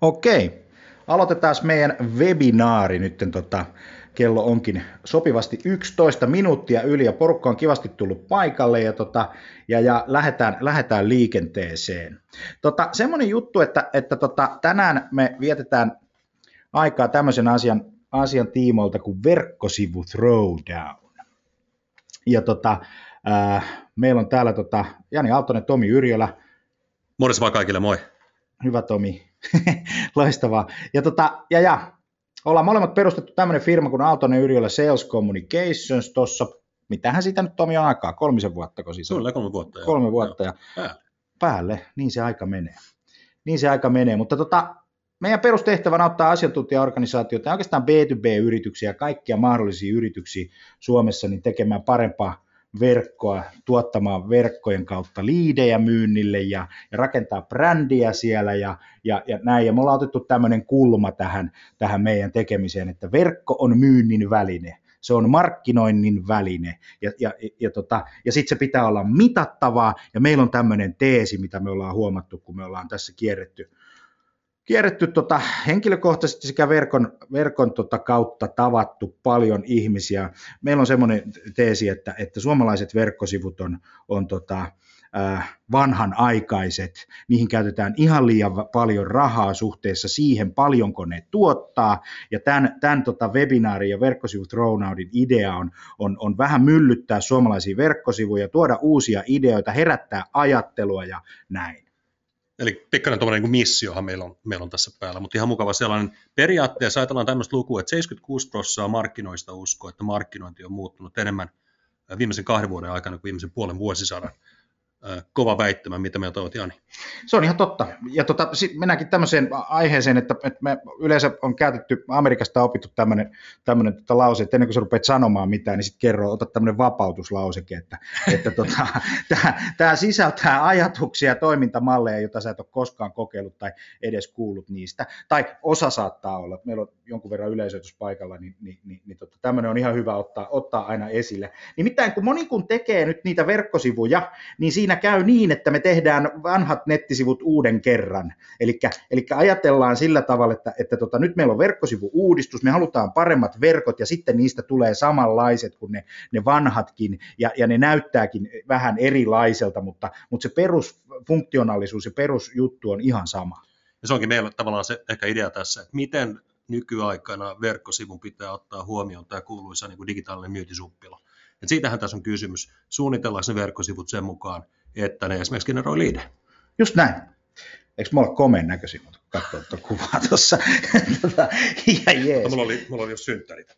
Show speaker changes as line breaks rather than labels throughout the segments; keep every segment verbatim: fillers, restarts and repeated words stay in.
Okei, aloitetaan meidän webinaari nyt. Tota, kello onkin sopivasti yksitoista minuuttia yli ja porukka on kivasti tullut paikalle ja, tota, ja, ja lähdetään, lähdetään liikenteeseen. Tota, semmoinen juttu, että, että tota, tänään me vietetään aikaa tämmöisen asian, asian tiimoilta kuin verkkosivu Throwdown. Ja tota, äh, meillä on täällä tota, Jani Aaltonen, Tomi Yrjölä.
Morjens vaan kaikille, moi.
Hyvä Tomi, loistavaa. Ja, tota, ja, ja ollaan molemmat perustettu tämmöinen firma kuin Aaltonen Yrjölä Sales Communications tuossa, mitähän siitä nyt Tomi on aikaa, kolmisen vuottako siis on?
Kyllä, kolme vuotta.
Kolme vuotta ja
päälle.
päälle, niin se aika menee. Niin se aika menee, mutta tota, meidän perustehtävänä auttaa asiantuntijaorganisaatioita ja oikeastaan B to B-yrityksiä ja kaikkia mahdollisia yrityksiä Suomessa niin tekemään parempaa verkkoa, tuottamaan verkkojen kautta liidejä myynnille ja, ja rakentaa brändiä siellä ja, ja, ja näin. Ja me ollaan otettu tämmöinen kulma tähän, tähän meidän tekemiseen, että verkko on myynnin väline. Se on markkinoinnin väline ja, ja, ja, tota, ja sitten se pitää olla mitattavaa ja meillä on tämmöinen teesi, mitä me ollaan huomattu, kun me ollaan tässä kierretty, kierretty tota, henkilökohtaisesti sekä verkon, verkon tota, kautta tavattu paljon ihmisiä. Meillä on semmoinen teesi, että, että suomalaiset verkkosivut on, on tota, äh, vanhanaikaiset, niihin käytetään ihan liian paljon rahaa suhteessa siihen, paljonko ne tuottaa, ja tämän, tämän tota, webinaarin ja verkkosivu Throwdown'in idea on, on, on vähän myllyttää suomalaisia verkkosivuja, tuoda uusia ideoita, herättää ajattelua ja näin.
Eli pikkainen tuommoinen niin missiohan meillä on, meillä on tässä päällä, mutta ihan mukava sellainen. Periaatteessa ajatellaan tämmöistä lukua, että seitsemänkymmentäkuusi prosenttia markkinoista uskoo, että markkinointi on muuttunut enemmän viimeisen kahden vuoden aikana kuin viimeisen puolen vuosisadan. Kova väittämä, mitä meiltä olet, Jani.
Se on ihan totta. Ja tota, mennäänkin tämmöiseen aiheeseen, että, että me yleensä on käytetty, Amerikasta opittu tämmöinen, tämmöinen tota lause, että ennen kuin sä rupeat sanomaan mitään, niin sitten kerro, ota tämmöinen vapautuslauseke, että, että tota, tämä sisältää ajatuksia ja toimintamalleja, joita sä et ole koskaan kokeillut tai edes kuullut niistä. Tai osa saattaa olla, meillä on jonkun verran yleisöitys paikalla, niin, niin, niin, niin tota, tämmöinen on ihan hyvä ottaa, ottaa aina esille. Nimittäin kun moni kun tekee nyt niitä verkkosivuja, niin siinä käy niin, että me tehdään vanhat nettisivut uuden kerran. Eli ajatellaan sillä tavalla, että, että tota, nyt meillä on verkkosivu-uudistus, me halutaan paremmat verkot ja sitten niistä tulee samanlaiset kuin ne, ne vanhatkin ja, ja ne näyttääkin vähän erilaiselta, mutta, mutta se perusfunktionaalisuus ja perusjuttu on ihan sama.
Ja se onkin meillä tavallaan se ehkä idea tässä, että miten nykyaikana verkkosivun pitää ottaa huomioon tämä kuuluisa niin kuin digitaalinen myyntisuppilo. Et siitähän tässä on kysymys. Suunnitellaan ne verkkosivut sen mukaan, että ne esimerkiksi generoi liidejä.
Just näin. Eikö me olla komeen näköisiä, mutta katsoa tuota kuvaa tuossa. ja jees.
Mulla oli, mulla oli jo synttärit.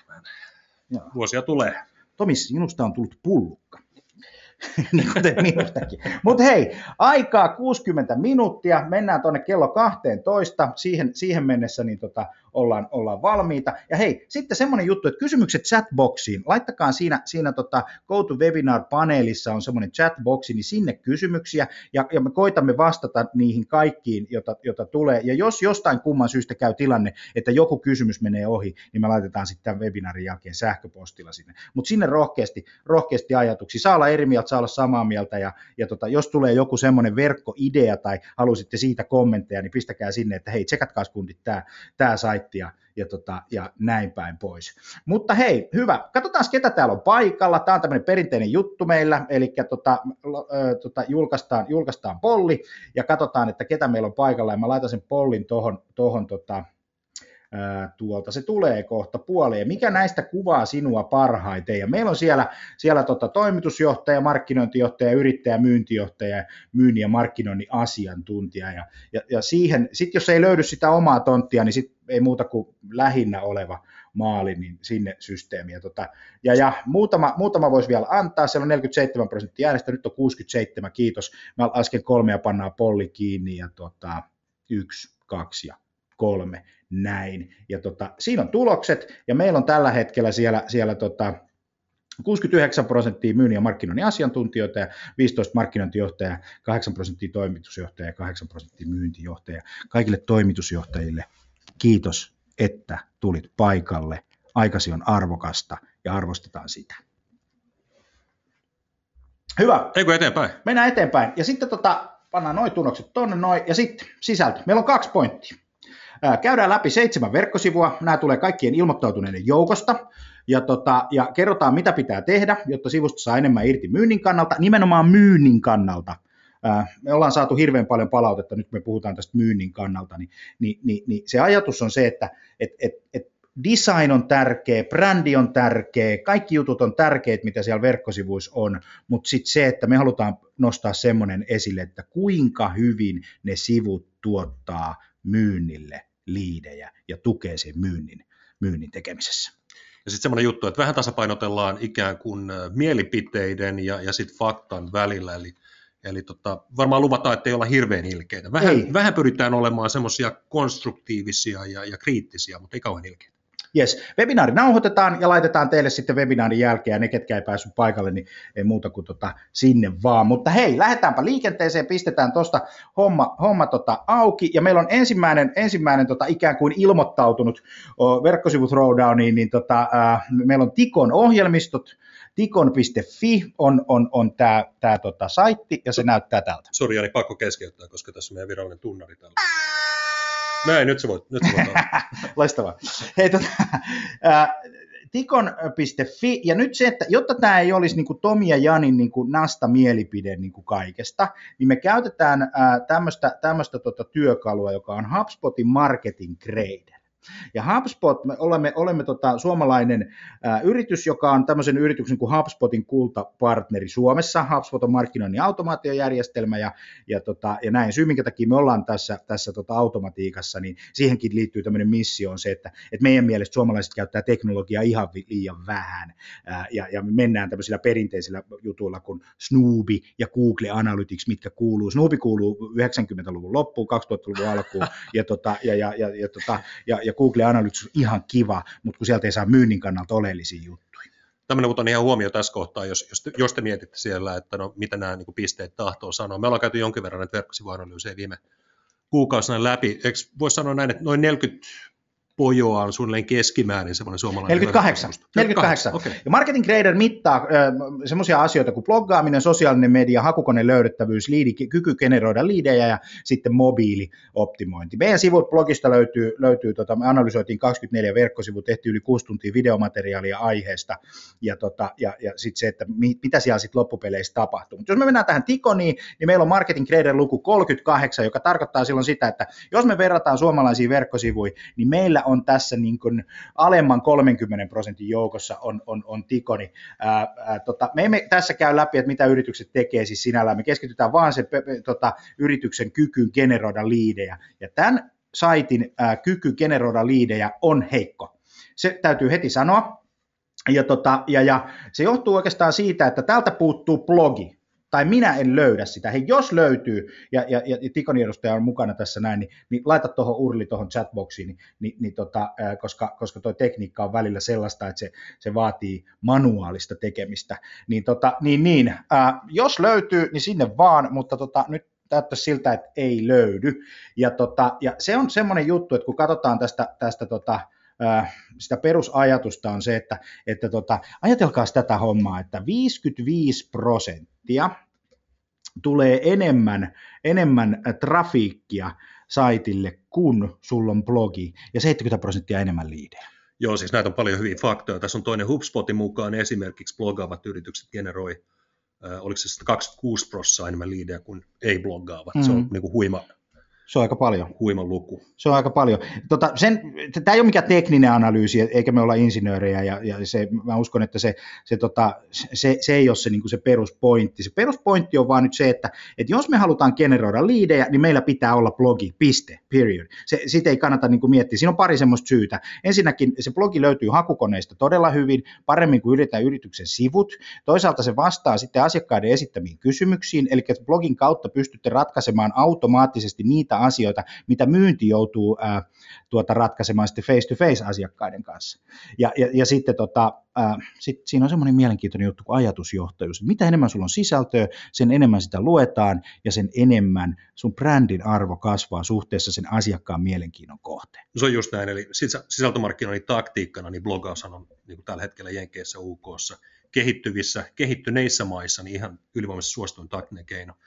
Vuosia tulee.
Tomi, minusta on tullut pullukka. niin kuten minustakin. Mutta hei, aikaa kuusikymmentä minuuttia, mennään tuonne kello kaksitoista, siihen, siihen mennessä niin tota, ollaan, ollaan valmiita. Ja hei, sitten semmoinen juttu, että kysymykset chatboxiin, laittakaa siinä, siinä tota GoToWebinar-paneelissa on semmoinen chatboxi, niin sinne kysymyksiä, ja, ja me koitamme vastata niihin kaikkiin, jota, jota tulee. Ja jos jostain kumman syystä käy tilanne, että joku kysymys menee ohi, niin me laitetaan sitten tämän webinaarin jälkeen sähköpostilla sinne. Mutta sinne rohkeasti, rohkeasti ajatuksia. Saa olla eri mieltä, saa olla samaa mieltä, ja, ja tota, jos tulee joku semmoinen verkkoidea tai haluaisitte siitä kommentteja, niin pistäkää sinne, että hei, tsekatkaa kundit tämä, tämä saitti ja, ja, tota, ja näin päin pois. Mutta hei, hyvä, katsotaan ketä täällä on paikalla, tämä on tämmöinen perinteinen juttu meillä, eli tota, äh, tota, julkaistaan, julkaistaan polli ja katsotaan, että ketä meillä on paikalla, ja mä laitan sen pollin tohon, tohon tota, tuolta, se tulee kohta puoleen. Mikä näistä kuvaa sinua parhaiten? Ja meillä on siellä, siellä tota toimitusjohtaja, markkinointijohtaja, yrittäjä, myyntijohtaja, myynnin ja markkinoinnin asiantuntija. Ja, ja, ja siihen, sit jos ei löydy sitä omaa tonttia, niin sit ei muuta kuin lähinnä oleva maali, niin sinne systeemiä. Tota, ja, ja muutama, muutama voisi vielä antaa, siellä on neljäkymmentäseitsemän prosenttia äänestä, nyt on kuusikymmentäseitsemän, kiitos. Mä äsken kolmea pannaan polli kiinni ja tota, yksi, kaksi ja kolme, näin. Ja tota, siinä on tulokset, ja meillä on tällä hetkellä siellä, siellä tota, kuusikymmentäyhdeksän prosenttia myynnin ja markkinoinnin asiantuntijoita ja viisitoista markkinointijohtajaa, kahdeksan prosenttia toimitusjohtajaa ja kahdeksan prosenttia myyntijohtajaa. Kaikille toimitusjohtajille kiitos, että tulit paikalle. Aikasi on arvokasta ja arvostetaan sitä. Hyvä.
Eikö eteenpäin?
Mennään eteenpäin. Ja sitten tota, pannaan noin tunnokset tonne noin, ja sitten sisältö. Meillä on kaksi pointtia. Käydään läpi seitsemän verkkosivua, nämä tulee kaikkien ilmoittautuneiden joukosta, ja, tota, ja kerrotaan, mitä pitää tehdä, jotta sivusta saa enemmän irti myynnin kannalta, nimenomaan myynnin kannalta. Me ollaan saatu hirveän paljon palautetta, nyt me puhutaan tästä myynnin kannalta, niin, niin, niin, niin se ajatus on se, että et, et, et design on tärkeä, brändi on tärkeä, kaikki jutut on tärkeät, mitä siellä verkkosivuissa on, mutta sitten se, että me halutaan nostaa semmoinen esille, että kuinka hyvin ne sivut tuottaa myynnille liidejä ja tukee sen myynnin, myynnin tekemisessä.
Ja sitten semmoinen juttu, että vähän tasapainotellaan ikään kuin mielipiteiden ja, ja sitten faktan välillä, eli Eli tota, varmaan luvataan, että ei olla hirveän ilkeitä. Vähän, vähän pyritään olemaan semmoisia konstruktiivisia ja, ja kriittisiä, mutta ei kauhean ilkeitä.
Jes, webinaari nauhoitetaan ja laitetaan teille sitten webinaarin jälkeen, ja ne, ketkä ei päässyt paikalle, niin ei muuta kuin tota, sinne vaan. Mutta hei, lähdetäänpä liikenteeseen, pistetään tuosta homma, homma tota, auki, ja meillä on ensimmäinen, ensimmäinen tota, ikään kuin ilmoittautunut o, verkkosivut Throwdowniin, niin tota, äh, meillä on Tikon ohjelmistot, tikon piste fi on, on, on tämä tää, tota, saitti, ja se so, näyttää tältä.
Sori Jani, pakko keskeyttää, koska tässä on meidän virallinen tunnari täällä. Näin, nyt sä voit. Nyt sä voit.
Loistavaa. Hei, tota, äh, tikon piste fi, ja nyt se, että jotta tämä ei olisi niin kuin Tomi ja Janin niin kuin nasta mielipide niin kuin kaikesta, niin me käytetään äh, tämmöistä, tämmöistä tota työkalua, joka on HubSpotin Marketing Grader. Ja HubSpot, me olemme, olemme tota, suomalainen ää, yritys, joka on tämmöisen yrityksen kuin HubSpotin kultapartneri Suomessa. HubSpot on markkinoinnin automaatiojärjestelmä ja, ja, tota, ja näin. Syy, minkä takia me ollaan tässä, tässä tota, automatiikassa, niin siihenkin liittyy tämmöinen missio on se, että, että meidän mielestä suomalaiset käyttää teknologiaa ihan liian vähän ää, ja, ja me mennään tämmöisillä perinteisillä jutuilla kuin Snoobi ja Google Analytics, mitkä kuuluu. Snoobi kuuluu yhdeksänkymmentäluvun loppuun, kaksituhattaluvun alkuun ja, tota, ja, ja, ja, ja, tota, ja, ja Google Analytics on ihan kiva, mutta kun sieltä ei saa myynnin kannalta oleellisia juttuja.
Tämmöinen on ihan huomio tässä kohtaa, jos, jos, te, jos te mietitte siellä, että no, mitä nämä niin kuin pisteet tahtoo sanoa. Me ollaan käyty jonkin verran näitä verkkosivuanalyysejä viime kuukausina läpi. Eikö voisi sanoa näin, että noin neljäkymmentä pojoa on suunnilleen keskimäärin semmoinen suomalainen.
neljäkymmentäkahdeksan. neljäkymmentäkahdeksan. Okay. Ja Marketing Grader mittaa äh, semmoisia asioita kuin bloggaaminen, sosiaalinen media, hakukoneen löydettävyys, liidi, kyky generoida liidejä ja sitten mobiilioptimointi. Meidän sivut blogista löytyy, löytyy tota, me analysoitiin kaksikymmentäneljä verkkosivua, tehtiin yli kuusi tuntia videomateriaalia aiheesta ja, tota, ja, ja sitten se, että mi, mitä siellä sitten loppupeleissä tapahtuu. Mutta jos me mennään tähän Tikoniin, niin meillä on Marketing Grader luku kolmekymmentäkahdeksan, joka tarkoittaa silloin sitä, että jos me verrataan suomalaisiin verkkosivuihin, niin meillä on tässä niin kuin alemman kolmenkymmenen prosentin joukossa on, on, on Tikoni. Ää, ää, tota, me emme tässä käy läpi, että mitä yritykset tekee siis sinällään. Me keskitytään vaan sen tota, yrityksen kykyyn generoida liidejä. Ja tämän saitin ää, kyky generoida liidejä on heikko. Se täytyy heti sanoa. Ja, tota, ja, ja se johtuu oikeastaan siitä, että täältä puuttuu blogi. Tai minä en löydä sitä. Hei, jos löytyy, ja, ja, ja Tikonin edustaja on mukana tässä näin, niin, niin laita tuohon Urli tuohon chatboxiin, niin, niin, niin tota, ää, koska, koska tuo tekniikka on välillä sellaista, että se, se vaatii manuaalista tekemistä. Niin, tota, niin, niin ää, jos löytyy, niin sinne vaan, mutta tota, nyt näyttäisi siltä, että ei löydy. Ja, tota, ja se on semmoinen juttu, että kun katsotaan tästä, tästä tota, sitä perusajatusta on se, että, että tota, ajatelkaa tätä hommaa, että viisikymmentäviisi prosenttia tulee enemmän, enemmän trafiikkia saitille, kun sulla on blogi, ja seitsemänkymmentä prosenttia enemmän liidejä.
Joo, siis näitä on paljon hyviä faktoja. Tässä on toinen HubSpotin mukaan esimerkiksi blogaavat yritykset generoi, äh, oliko se kaksikymmentäkuusi prosenttia enemmän liidejä kuin ei-bloggaavat. Mm-hmm. Se on niin kuin huima.
Se on aika paljon.
Huiman luku.
Se on aika paljon. Tota, sen, tämä ei ole mikään tekninen analyysi, eikä me olla insinöörejä, ja, ja se, mä uskon, että se, se, tota, se, se ei ole se, niin kuin se peruspointti. Se peruspointti on vaan nyt se, että, että jos me halutaan generoida liidejä, niin meillä pitää olla blogi, piste, period. Se, sitä ei kannata niin kuin miettiä. Siinä on pari semmoista syytä. Ensinnäkin se blogi löytyy hakukoneista todella hyvin, paremmin kuin yritetään yrityksen sivut. Toisaalta se vastaa sitten asiakkaiden esittämiin kysymyksiin, eli blogin kautta pystytte ratkaisemaan automaattisesti niitä asioita, mitä myynti joutuu ää, tuota, ratkaisemaan sitten face-to-face asiakkaiden kanssa. Ja, ja, ja sitten tota, ää, sit siinä on semmoinen mielenkiintoinen juttu kuin ajatusjohtajuus. Mitä enemmän sulla on sisältöä, sen enemmän sitä luetaan ja sen enemmän sun brändin arvo kasvaa suhteessa sen asiakkaan mielenkiinnon kohteen.
Se on just näin, eli sisältömarkkinoinnin taktiikkana niin blogaushan on niin kuin tällä hetkellä Jenkeissä, U K:ssa, kehittyvissä, kehittyneissä maissa niin ihan ylivoimaisesti suosituin taktinen keino.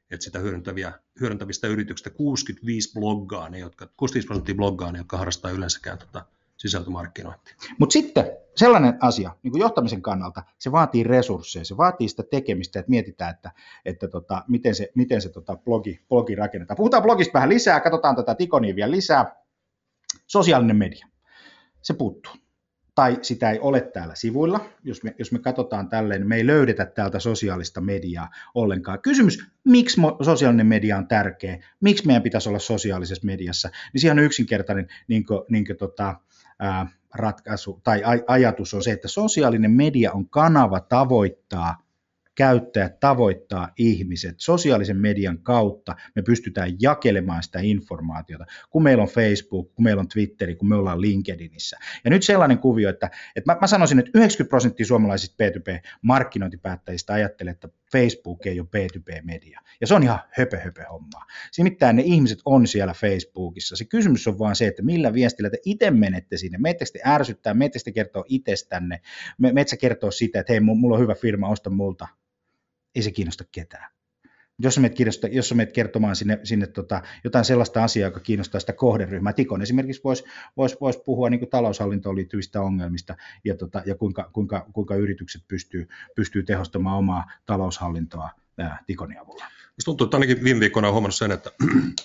että sitä hyödyntäviä, hyödyntävistä yrityksistä kuusikymmentäviisi bloggaa, ne, jotka, kuusikymmentäviisi prosenttia bloggaa, ne, jotka harrastaa yleensäkään tota sisältömarkkinointia.
Mutta sitten sellainen asia, niin kuin johtamisen kannalta, se vaatii resursseja, se vaatii sitä tekemistä, että mietitään, että, että tota, miten se, miten se tota blogi, blogi rakennetaan. Puhutaan blogista vähän lisää, katsotaan tätä Ticonia vielä lisää. Sosiaalinen media, se puuttuu. Tai sitä ei ole täällä sivuilla. Jos me, jos me katsotaan tälleen, niin me ei löydetä täältä sosiaalista mediaa ollenkaan. Kysymys, miksi sosiaalinen media on tärkeä, miksi meidän pitäisi olla sosiaalisessa mediassa, niin siihen on yksinkertainen niin kuin, niin kuin, tota, ää, ratkaisu tai aj- ajatus on se, että sosiaalinen media on kanava tavoittaa käyttäjät, tavoittaa ihmiset. Sosiaalisen median kautta me pystytään jakelemaan sitä informaatiota, kun meillä on Facebook, kun meillä on Twitteri, kun me ollaan LinkedInissä. Ja nyt sellainen kuvio, että, että mä, mä sanoisin, että yhdeksänkymmentä prosenttia suomalaisista B two B-markkinointipäättäjistä ajattelee, että Facebook ei ole B two B-media. Ja se on ihan höpö höpö hommaa. Nimittäin ne ihmiset on siellä Facebookissa. Se kysymys on vaan se, että millä viestillä te itse menette sinne. Meettekö te ärsyttää, meettekö te kertoo itsestänne, meetkö sä kertoo sitä, että hei, mulla on hyvä firma, osta multa. Ei se kiinnosta ketään. Jos sä menet, jos sä menet kertomaan sinne, sinne tota, jotain sellaista asiaa, joka kiinnostaa sitä kohderyhmää, Tikon esimerkiksi voisi vois, vois puhua niin kuin taloushallintoon liittyvistä ongelmista ja, tota, ja kuinka, kuinka, kuinka yritykset pystyy, pystyy tehostamaan omaa taloushallintoa ää, Tikonin avulla.
Musta tuntuu, että ainakin viime viikkoina on huomannut sen, että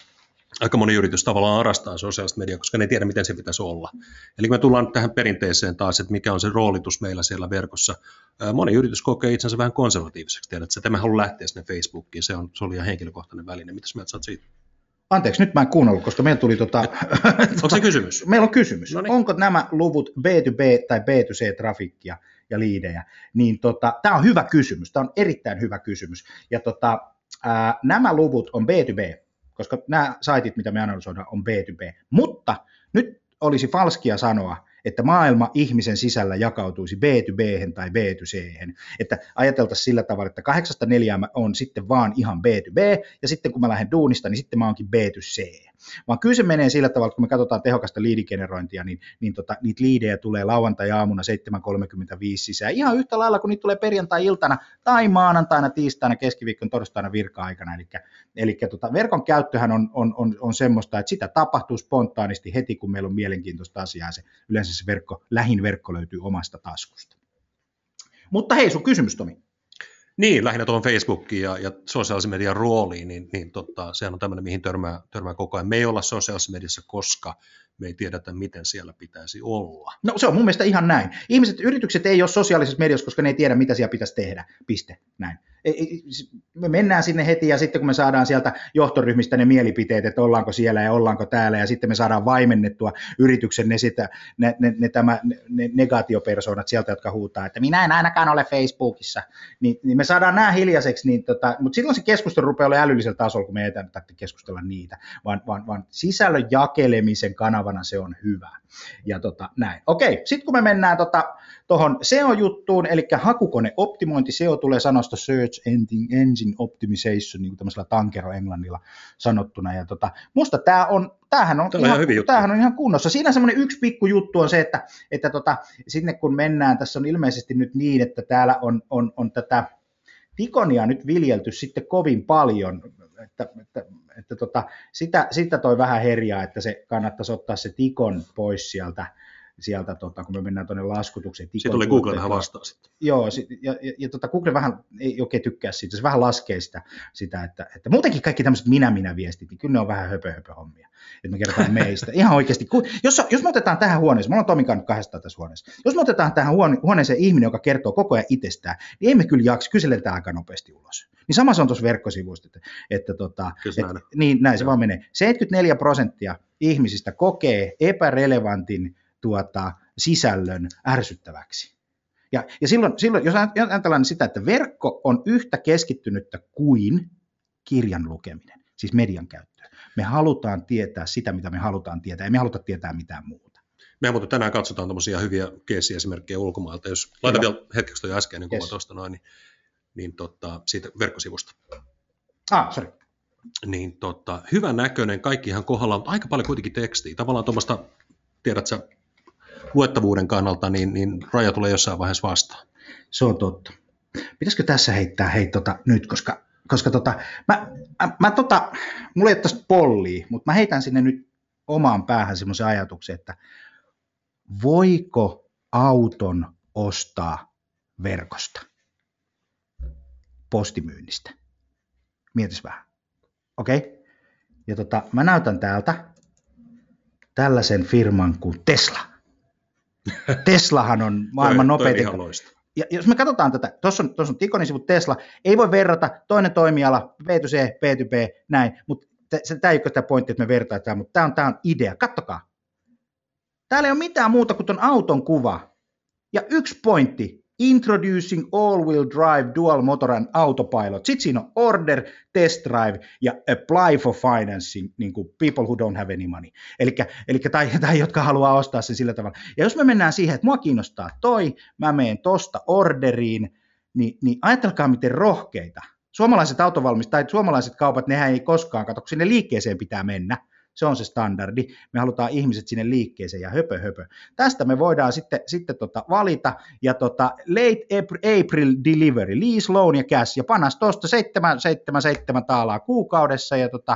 aika moni yritys tavallaan arastaa sosiaalista mediaa, koska ne ei tiedä, miten se pitäisi olla. Eli kun me tullaan nyt tähän perinteeseen taas, että mikä on se roolitus meillä siellä verkossa, moni yritys kokee itsensä vähän konservatiiviseksi. Tiedät, että mä haluan lähteä sinne Facebookiin, se on, se oli ihan henkilökohtainen väline. Mitäs mieltä sä oot siitä?
Anteeksi, nyt mä en kuunnellut, koska meillä tuli tota...
Onko se kysymys?
Meillä on kysymys.
Noniin.
Onko nämä luvut B two B tai B two C-trafikkia ja liidejä? Niin tota, tämä on hyvä kysymys, tämä on erittäin hyvä kysymys. Ja tota, ää, nämä luvut on B two B, koska nämä saitit, mitä me analysoidaan, on B two B. Mutta nyt olisi falskia sanoa, että maailma ihmisen sisällä jakautuisi B two B:hen tai B two C:hen. Että ajateltaisiin sillä tavalla, että kahdeksasta neljään on sitten vaan ihan B two B, ja sitten kun mä lähden duunista, niin sitten mä oonkin B two C. Vaan kyllä se menee sillä tavalla, että kun me katsotaan tehokasta liidigenerointia, niin, niin tota, niitä liidejä tulee lauantai-aamuna seitsemän kolmekymmentäviisi sisään, ihan yhtä lailla kuin niitä tulee perjantai-iltana tai maanantaina, tiistaina, keskiviikkona, torstaina virka-aikana. Eli, eli tota, verkon käyttöhän on, on, on, on semmoista, että sitä tapahtuu spontaanisti heti, kun meillä on mielenkiintoista asiaa. Se, yleensä se verkko, lähin verkko löytyy omasta taskusta. Mutta hei, sun kysymys, Tomi.
Niin, lähinnä tuohon Facebookiin ja, ja sosiaalisen median rooliin, niin, niin totta, sehän on tämmöinen, mihin törmää, törmää koko ajan. Me ei olla sosiaalisessa mediassa, koska me ei tiedetä, miten siellä pitäisi olla.
No se on mun mielestä ihan näin. Ihmiset, yritykset ei ole sosiaalisessa mediassa, koska ne ei tiedä, mitä siellä pitäisi tehdä. Piste. Näin. Me mennään sinne heti ja sitten kun me saadaan sieltä johtoryhmistä ne mielipiteet, että ollaanko siellä ja ollaanko täällä ja sitten me saadaan vaimennettua yrityksen ne, sitä, ne, ne, ne, tämä, ne negaatiopersoonat sieltä, jotka huutaa, että minä en ainakaan ole Facebookissa, niin, niin me saadaan nämä hiljaiseksi, niin tota, mutta silloin se keskustelu rupeaa olemaan älyllisellä tasolla, kun me ei tarvitse keskustella niitä, vaan, vaan, vaan sisällön jakelemisen kanavana se on hyvä. Ja tota, näin. Okei, sitten kun me mennään tuohon tota, S E O-juttuun, eli hakukoneoptimointi, S E O tulee sanosta Search Engine Optimization, niin kuin tämmöisellä tankero-englannilla sanottuna, ja tota, musta tämä on, tämähän on,
tämä on,
ihan, tämähän on ihan kunnossa. Siinä semmoinen yksi pikku juttu on se, että, että tota, sinne kun mennään, tässä on ilmeisesti nyt niin, että täällä on, on, on tätä Ticonia nyt viljelty sitten kovin paljon, että, että, että tota, sitä, sitä toi vähän herjaa, että se kannattaisi ottaa se Ticon pois sieltä, sieltä tota, kun me mennään tuonne laskutukseen.
Siitä tuli Google vähän vastaan sitten.
Joo, ja, ja, ja tota, Google vähän ei oikein tykkää siitä, se vähän laskee sitä, sitä että, että muutenkin kaikki tämmöiset minä-minä-viestit, niin kyllä ne on vähän höpö-höpö-hommia, että me kerrotaan meistä. Ihan oikeasti, jos, jos me otetaan tähän huoneeseen, me ollaan Tomin kanssa kahdestaan tässä huoneessa, jos me otetaan tähän huone, huoneeseen ihminen, joka kertoo koko ajan itsestään, niin emme kyllä jaksa, kyseletään aika nopeasti ulos. Niin sama se on tuossa verkkosivuista, että, että, tota, että näin. Niin, näin se vaan menee. seitsemänkymmentäneljä prosenttia ihmisistä kokee epärelevantin tuota, sisällön ärsyttäväksi. Ja, ja silloin, silloin, jos ajatellaan sitä, että verkko on yhtä keskittynyttä kuin kirjan lukeminen, siis median käyttö. Me halutaan tietää sitä, mitä me halutaan tietää, ei me haluta tietää mitään muuta.
Me mutta tänään katsotaan tämmöisiä hyviä case-esimerkkejä ulkomailta. Jos laitan vielä hetkeksi toi äskeinen kuva yes. tuosta noin, niin, niin tota, siitä verkkosivusta.
Ah, sorry.
Niin tota, hyvän näköinen, kaikki ihan kohdallaan, mutta aika paljon kuitenkin tekstiä. Tavallaan tuommoista, tiedät sä, luettavuuden kannalta, niin, niin raja tulee jossain vaiheessa vastaan.
Se on totta. Pitäisikö tässä heittää hei tota, nyt, koska, koska tota, mä, mä, mä tota, mulla ei ole tästä pollia, mutta mä heitän sinne nyt omaan päähän semmoisen ajatuksen, että voiko auton ostaa verkosta postimyynnistä? Mietis vähän. Okei? Okay? Ja tota, mä näytän täältä tällaisen firman kuin Tesla. Teslahan on maailman nopein. Ja jos me katsotaan tätä, tuossa on, on Tikonin sivut Tesla, ei voi verrata, toinen toimiala, B to C, B to B, näin, mutta tämä ei ole tämä pointti, että me vertaillaan, mutta tämä on, tämä on idea, kattokaa. Täällä ei ole mitään muuta kuin tuon auton kuva. Ja yksi pointti, introducing all-wheel drive dual motor and autopilot. Sitten siinä on order, test drive ja apply for financing, niin kuin people who don't have any money. Elikkä, elikkä, tai, tai jotka haluaa ostaa sen sillä tavalla. Ja jos me mennään siihen, että mua kiinnostaa toi, mä menen tosta orderiin, niin, niin ajatelkaa miten rohkeita. Suomalaiset autovalmistajat tai suomalaiset kaupat, nehän ei koskaan katso, kun sinne liikkeeseen pitää mennä. Se on se standardi. Me halutaan ihmiset sinne liikkeeseen ja höpö höpö. Tästä me voidaan sitten, sitten tota valita. Ja tota late April delivery, lease, loan ja cash. Ja panas tuosta seitsemän seitsemän seitsemän taalaa kuukaudessa. Ja, tota,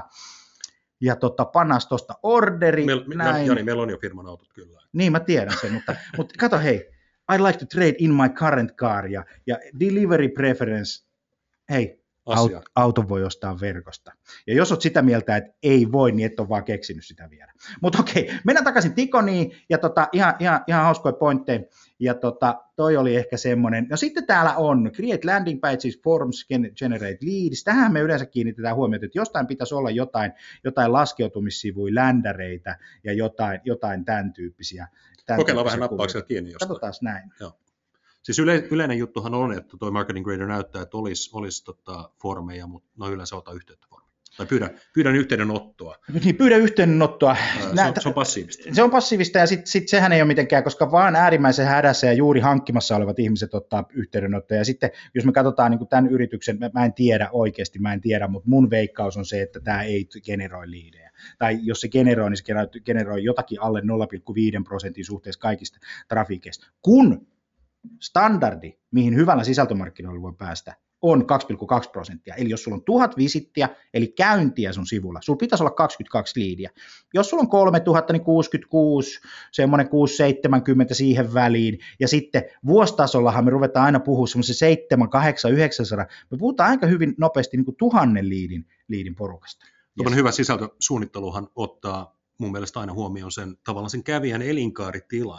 ja tota, panas tuosta orderi.
Meil, näin. Jani, meillä on jo firman autot kyllä.
Niin, mä tiedän sen. mutta, mutta kato hei, I like to trade in my current car. Ja, ja delivery preference, hei. Asia. Auto voi ostaa verkosta. Ja jos olet sitä mieltä, että ei voi, niin et ole vaan keksinyt sitä vielä. Mutta okei, mennään takaisin Tikoniin, ja tota, ihan, ihan, ihan hauskoja pointteja. Ja tota, toi oli ehkä semmoinen. No sitten täällä on Create Landing Pages, Forms, Generate Leads. Tähän me yleensä kiinnitetään huomiota, että jostain pitäisi olla jotain, jotain laskeutumissivuja, ländäreitä ja jotain, jotain tämän tyyppisiä. Tämän
Kokeillaan vähän nappauksella kiinni jostain.
Katsotaan näin.
Joo. Siis yle, yleinen juttuhan on, että tuo Marketing Grader näyttää, että olisi, olisi tota formeja, mutta no yleensä ota yhteyttä formeja. Tai pyydän, pyydän yhteydenottoa.
Niin, pyydän yhteydenottoa.
Se on, se on passiivista.
Se on passiivista ja sitten sit sehän ei ole mitenkään, koska vaan äärimmäisen hädässä ja juuri hankkimassa olevat ihmiset ottaa yhteydenottoa. Ja sitten jos me katsotaan niin kuin tämän yrityksen, mä, mä en tiedä oikeasti, mä en tiedä, mutta mun veikkaus on se, että tämä ei generoi liidejä. Tai jos se generoi, niin se generoi jotakin alle nolla pilkku viisi prosentin suhteessa kaikista trafiikeista. Kun standardi, mihin hyvällä sisältömarkkinoilla voi päästä, on kaksi pilkku kaksi prosenttia. Eli jos sulla on tuhat visittiä, eli käyntiä sun sivulla, sulla pitäisi olla kaksikymmentäkaksi liidiä. Jos sulla on kolmetuhatta, niin kuusikymmentäkuusi, semmoinen kuusi seitsemänkymmentä siihen väliin, ja sitten vuositasollahan me ruvetaan aina puhua semmoisen seitsemän, kahdeksan, yhdeksänsataa. Me puhutaan aika hyvin nopeasti niin kuin tuhannen liidin, liidin porukasta.
Yes. Hyvä sisältösuunnitteluhan ottaa mun mielestä aina huomioon sen tavallaan sen kävijän elinkaaritilan.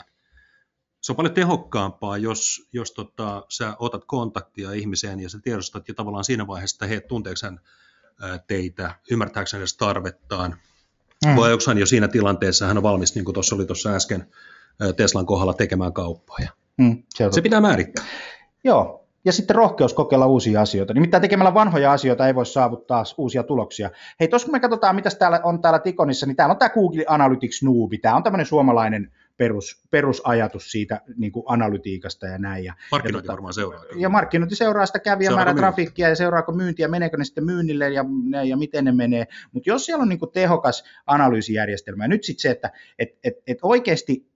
Se on paljon tehokkaampaa, jos, jos tota, sä otat kontaktia ihmiseen ja sä tiedostat jo tavallaan siinä vaiheessa, että hei, tunteeko hän teitä, ymmärtääkö hän edes tarvettaan, mm. vai onko hän jo siinä tilanteessa, hän on valmis, niin kuin tuossa oli tuossa äsken Teslan kohdalla tekemään kauppaa. Mm, se, se pitää määrittää.
Joo, ja sitten rohkeus kokeilla uusia asioita. Nimittäin tekemällä vanhoja asioita ei voi saavuttaa uusia tuloksia. Hei, tuossa kun me katsotaan, mitä täällä on täällä Tikonissa, niin täällä on tämä Google Analytics Noobi. Tämä on tämmöinen suomalainen perus, perusajatus siitä niin kuin analytiikasta ja näin. Ja,
markkinointi ja, varmaan seuraa.
Ja markkinointi seuraa sitä kävijämäärää, trafiikkia ja seuraako myyntiä, meneekö ne sitten myynnille ja, ja miten ne menee. Mutta jos siellä on niin kuin tehokas analyysijärjestelmä, ja nyt sitten se, että et, et, et oikeasti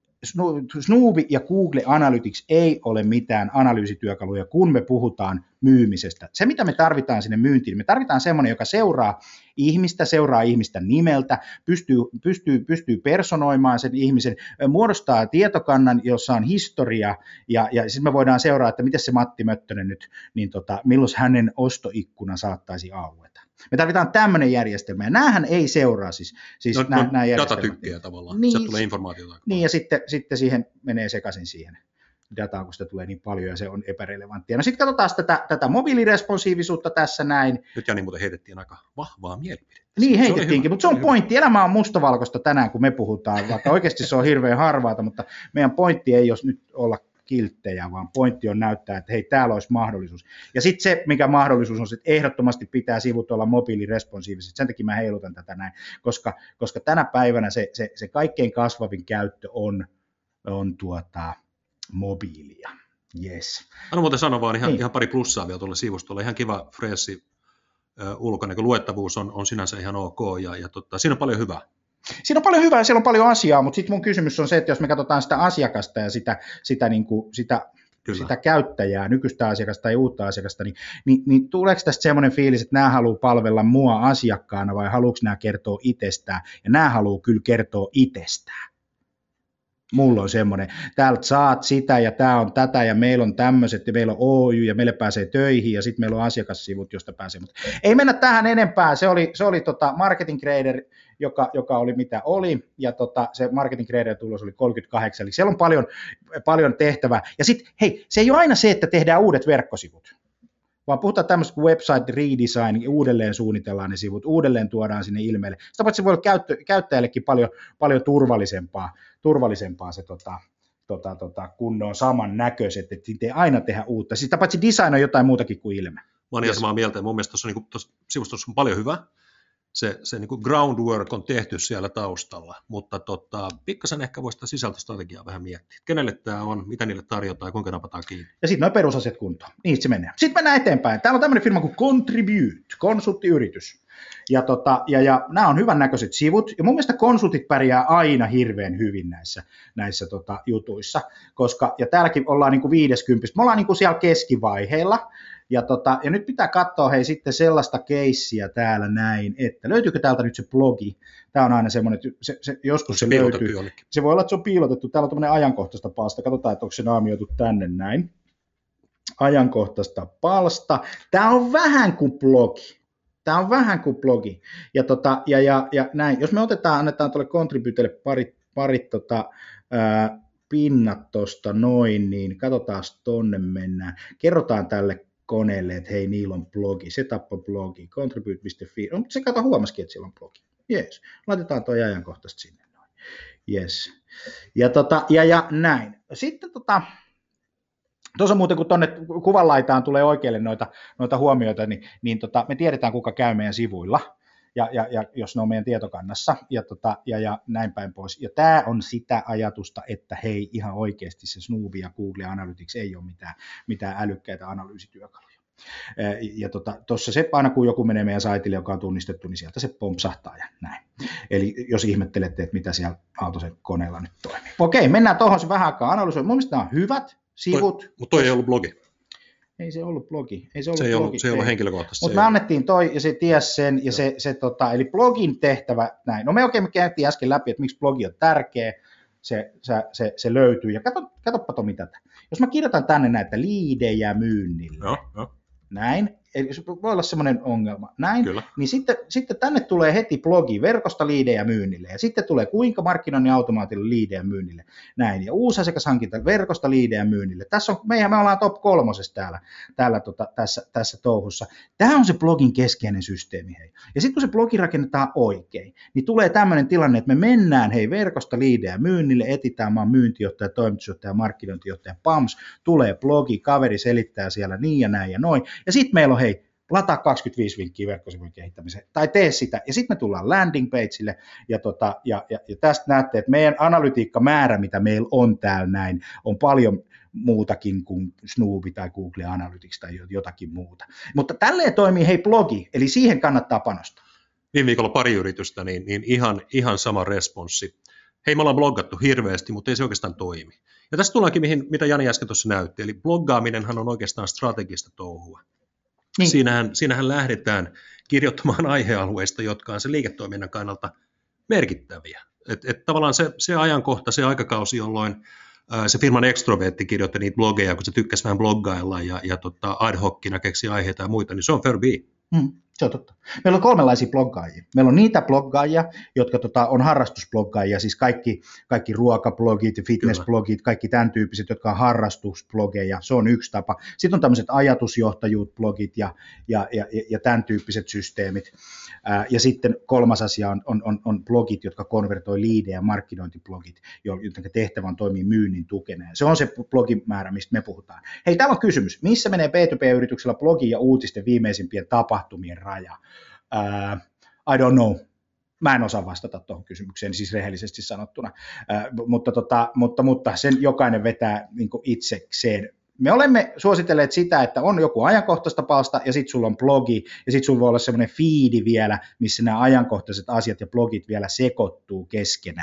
Snoobi ja Google Analytics ei ole mitään analyysityökaluja, kun me puhutaan myymisestä. Se, mitä me tarvitaan sinne myyntiin, me tarvitaan semmoinen, joka seuraa ihmistä, seuraa ihmistä nimeltä, pystyy, pystyy, pystyy personoimaan sen ihmisen, muodostaa tietokannan, jossa on historia, ja, ja sitten me voidaan seuraa, että miten se Matti Möttönen nyt, niin tota, milloin hänen ostoikkuna saattaisi aueta. Me tarvitaan tämmöinen järjestelmä, ja näähän ei seuraa siis, siis
no,
nämä,
no,
nämä
järjestelmät. Datatykkejä tavallaan, niin, sieltä tulee informaatiota.
Niin, ja sitten, sitten siihen menee sekaisin siihen dataan, kun sitä tulee niin paljon, ja se on epärelevanttia. No sitten katsotaan tätä, tätä mobiiliresponsiivisuutta tässä näin.
Nyt Jani muuten heitettiin aika vahvaa mielipidettä.
Niin heitettiinkin, mutta se on pointti. Elämä on mustavalkoista tänään, kun me puhutaan, vaikka oikeasti se on hirveän harvaata, mutta meidän pointti ei jos nyt olla kilttejä, vaan pointti on näyttää, että hei, täällä olisi mahdollisuus. Ja sitten se, mikä mahdollisuus on, että ehdottomasti pitää sivut olla mobiiliresponsiiviset. Sen takia mä heilutan tätä näin, koska, koska tänä päivänä se, se, se kaikkein kasvavin käyttö on, on tuota, mobiilia. Yes.
Anna muuten sanoa vaan ihan, niin. ihan pari plussaa vielä tuolle sivustolle. Ihan kiva, freesi uh, ulkona, kun luettavuus on, on sinänsä ihan ok, ja, ja totta, siinä on paljon hyvää.
Siinä on paljon hyvää ja siellä on paljon asiaa, mutta sitten mun kysymys on se, että jos me katsotaan sitä asiakasta ja sitä, sitä, niin kuin, sitä sitä käyttäjää, nykyistä asiakasta tai uutta asiakasta, niin, niin, niin tuleeko tästä semmoinen fiilis, että nämä haluaa palvella mua asiakkaana vai haluatko nämä kertoa itsestään, ja nämä haluaa kyllä kertoa itsestään. Mulla on semmoinen, täältä saat sitä ja tämä on tätä ja meillä on tämmöiset ja meillä on Oy ja meille pääsee töihin ja sitten meillä on asiakassivut, josta pääsee. Mutta ei mennä tähän enempää, se oli, se oli tota Marketing Grader, joka, joka oli mitä oli ja tota, se Marketing Grader tulos oli kolmekymmentäkahdeksan, eli siellä on paljon, paljon tehtävää. Ja sitten hei, se ei ole aina se, että tehdään uudet verkkosivut, vaan puhutaan tämmöistä kuin website redesign, uudelleen suunnitellaan ne sivut, uudelleen tuodaan sinne ilmeelle. Sitä paitsi se voi olla käyttö, käyttäjällekin paljon, paljon turvallisempaa, turvallisempaa se, tota, tota, tota, kun ne on samannäköiset, että siitä ei aina tehdä uutta. Sitä paitsi design on jotain muutakin kuin ilme.
Mä oon ihan samaa mieltä, ja mun mielestä tuossa, niin kuin, tuossa sivustossa on paljon hyvää. Se, se niin kuin groundwork on tehty siellä taustalla, mutta tota, pikkasen ehkä voisi sitä sisältöstrategiaa vähän miettiä. Kenelle tämä on, mitä niille tarjotaan ja kuinka napataan kiinni.
Ja sitten nuo perusasiat kuntoon. Niin se menee. Sitten mennään eteenpäin. Täällä on tämmöinen firma kuin Contribute, konsulttiyritys. Ja, tota, ja, ja nämä on hyvän näköiset sivut. Ja mun mielestä konsultit pärjää aina hirveän hyvin näissä, näissä tota, jutuissa. Koska, ja täälläkin ollaan niin kuin viideskymppistä. Me ollaan niin kuin siellä keskivaiheilla. Ja, tota, ja nyt pitää katsoa hei sitten sellaista keissiä täällä näin, että löytyykö täältä nyt se blogi. Tämä on aina semmoinen, että se, se, joskus se, se löytyy. Jonnekin. Se voi olla, että se on piilotettu. Täällä on tämmöinen ajankohtaista palsta. Katsotaan, että onko se naamioitu tänne näin. Ajankohtaista palsta. Tämä on vähän kuin blogi. Tämä on vähän kuin blogi. Ja, tota, ja, ja, ja näin. Jos me otetaan, annetaan tuolle Contributelle parit, parit tota, ää, pinnat tuosta noin, niin katsotaan tonne mennään. Kerrotaan tälle koneelle, että hei, niillä on blogi, setappa blogi, contribute piste fi, no, se kato huomasikin, että siellä on blogi. Yes. Laitetaan tuo ajankohtaisesti sinne noin. Yes. Ja, tota, ja, ja näin. Sitten tota, tuossa muuten, kun tuonne kuvan laitaan tulee oikealle noita, noita huomioita, niin, niin tota, me tiedetään, kuka käy meidän sivuilla. Ja, ja, ja jos ne on meidän tietokannassa ja, tota, ja, ja näin päin pois. Ja tämä on sitä ajatusta, että hei, ihan oikeasti se Snoobi ja Google Analytics ei ole mitään, mitään älykkäitä analyysityökaluja. Ja tuossa tota, se aina kun joku menee meidän saitille, joka on tunnistettu, niin sieltä se pompsahtaa ja näin. Eli jos ihmettelette, että mitä siellä Aaltosen koneella nyt toimii. Okei, mennään tuohon se vähän aikaa analysoimaan. Mun mielestä nämä on hyvät sivut.
Toi, mutta toi ei ollut blogi.
Ei se ollut blogi. Ei se ollut
se ei
blogi.
ollut, se ei ollut henkilökohtaisesti.
Mutta me annettiin toi ja se ties sen. Ja se, se, tota, eli blogin tehtävä näin. No me oikein me käytiin äsken läpi, että miksi blogi on tärkeä. Se, se, se, se löytyy. Ja kato, katoppa Tomi tätä. Jos mä kirjoitan tänne näitä liidejä myynnille.
Joo, jo.
Näin. Eli se voi olla semmoinen ongelma. Näin.
Kyllä.
Niin sitten, sitten tänne tulee heti blogi verkosta liidejä myynnille. Ja sitten tulee kuinka markkinoinnin automaatilla liidejä myynnille. Näin. Ja uusi asiakashankinta verkosta liidejä myynnille. Tässä on, meihän me ollaan top kolmosessa täällä, täällä tota, tässä, tässä touhussa. Tämä on se blogin keskeinen systeemi. Hei. Ja sitten kun se blogi rakennetaan oikein, niin tulee tämmöinen tilanne, että me mennään hei verkosta liidejä myynnille, etitään maan myyntijohtaja, toimitusjohtaja, markkinointijohtaja, pams, tulee blogi, kaveri selittää siellä niin ja näin ja noin. Ja sitten meillä on hei, lataa kaksikymmentäviisi vinkkiä verkkosivujen kehittämiseen, tai tee sitä, ja sitten me tullaan landing pageille, ja, tota, ja, ja, ja tästä näette, että meidän analytiikkamäärä, mitä meillä on täällä näin, on paljon muutakin kuin Snoobi tai Google Analytics tai jotakin muuta. Mutta tälleen toimii hei blogi, eli siihen kannattaa panostaa.
Viime viikolla pari yritystä, niin, niin ihan, ihan sama responssi. Hei, me ollaan bloggattu hirveästi, mutta ei se oikeastaan toimi. Ja tässä tullaankin, mihin, mitä Jani äsken tuossa näytti, eli bloggaaminenhan on oikeastaan strategista touhua. Niin. Siinähän, siinähän lähdetään kirjoittamaan aihealueista, jotka on se liiketoiminnan kannalta merkittäviä. Et, et tavallaan se, se ajankohta, se aikakausi, jolloin ää, se firman ekstrovertti kirjoitti niitä blogeja, kun se tykkäsi vähän bloggailla ja, ja tota, ad hocina keksi aiheita ja muita, niin se on fair be.
Hmm, se on totta. Meillä on kolmenlaisia bloggaajia. Meillä on niitä bloggaajia, jotka tota, on harrastusbloggaajia, siis kaikki, kaikki ruokablogit ja fitnessblogit, kaikki tämän tyyppiset, jotka on harrastusblogeja, se on yksi tapa. Sitten on tämmöiset ajatusjohtajuusblogit ja, ja, ja, ja tämän tyyppiset systeemit. Ää, ja sitten kolmas asia on, on, on, on blogit, jotka konvertoi liidejä, markkinointiblogit, joiden tehtävä on toimia myynnin tukena. Se on se blogimäärä, mistä me puhutaan. Hei, täällä on kysymys. Missä menee B two B-yrityksellä blogin ja uutisten viimeisimpien tapahtumien raja? Uh, I don't know. Mä en osaa vastata tuohon kysymykseen, siis rehellisesti sanottuna, uh, mutta, tota, mutta, mutta sen jokainen vetää niin kuin itsekseen. Me olemme suositelleet sitä, että on joku ajankohtaista palsta ja sitten sulla on blogi ja sitten sulla voi olla semmoinen feedi vielä, missä nämä ajankohtaiset asiat ja blogit vielä sekoittuu keskenään.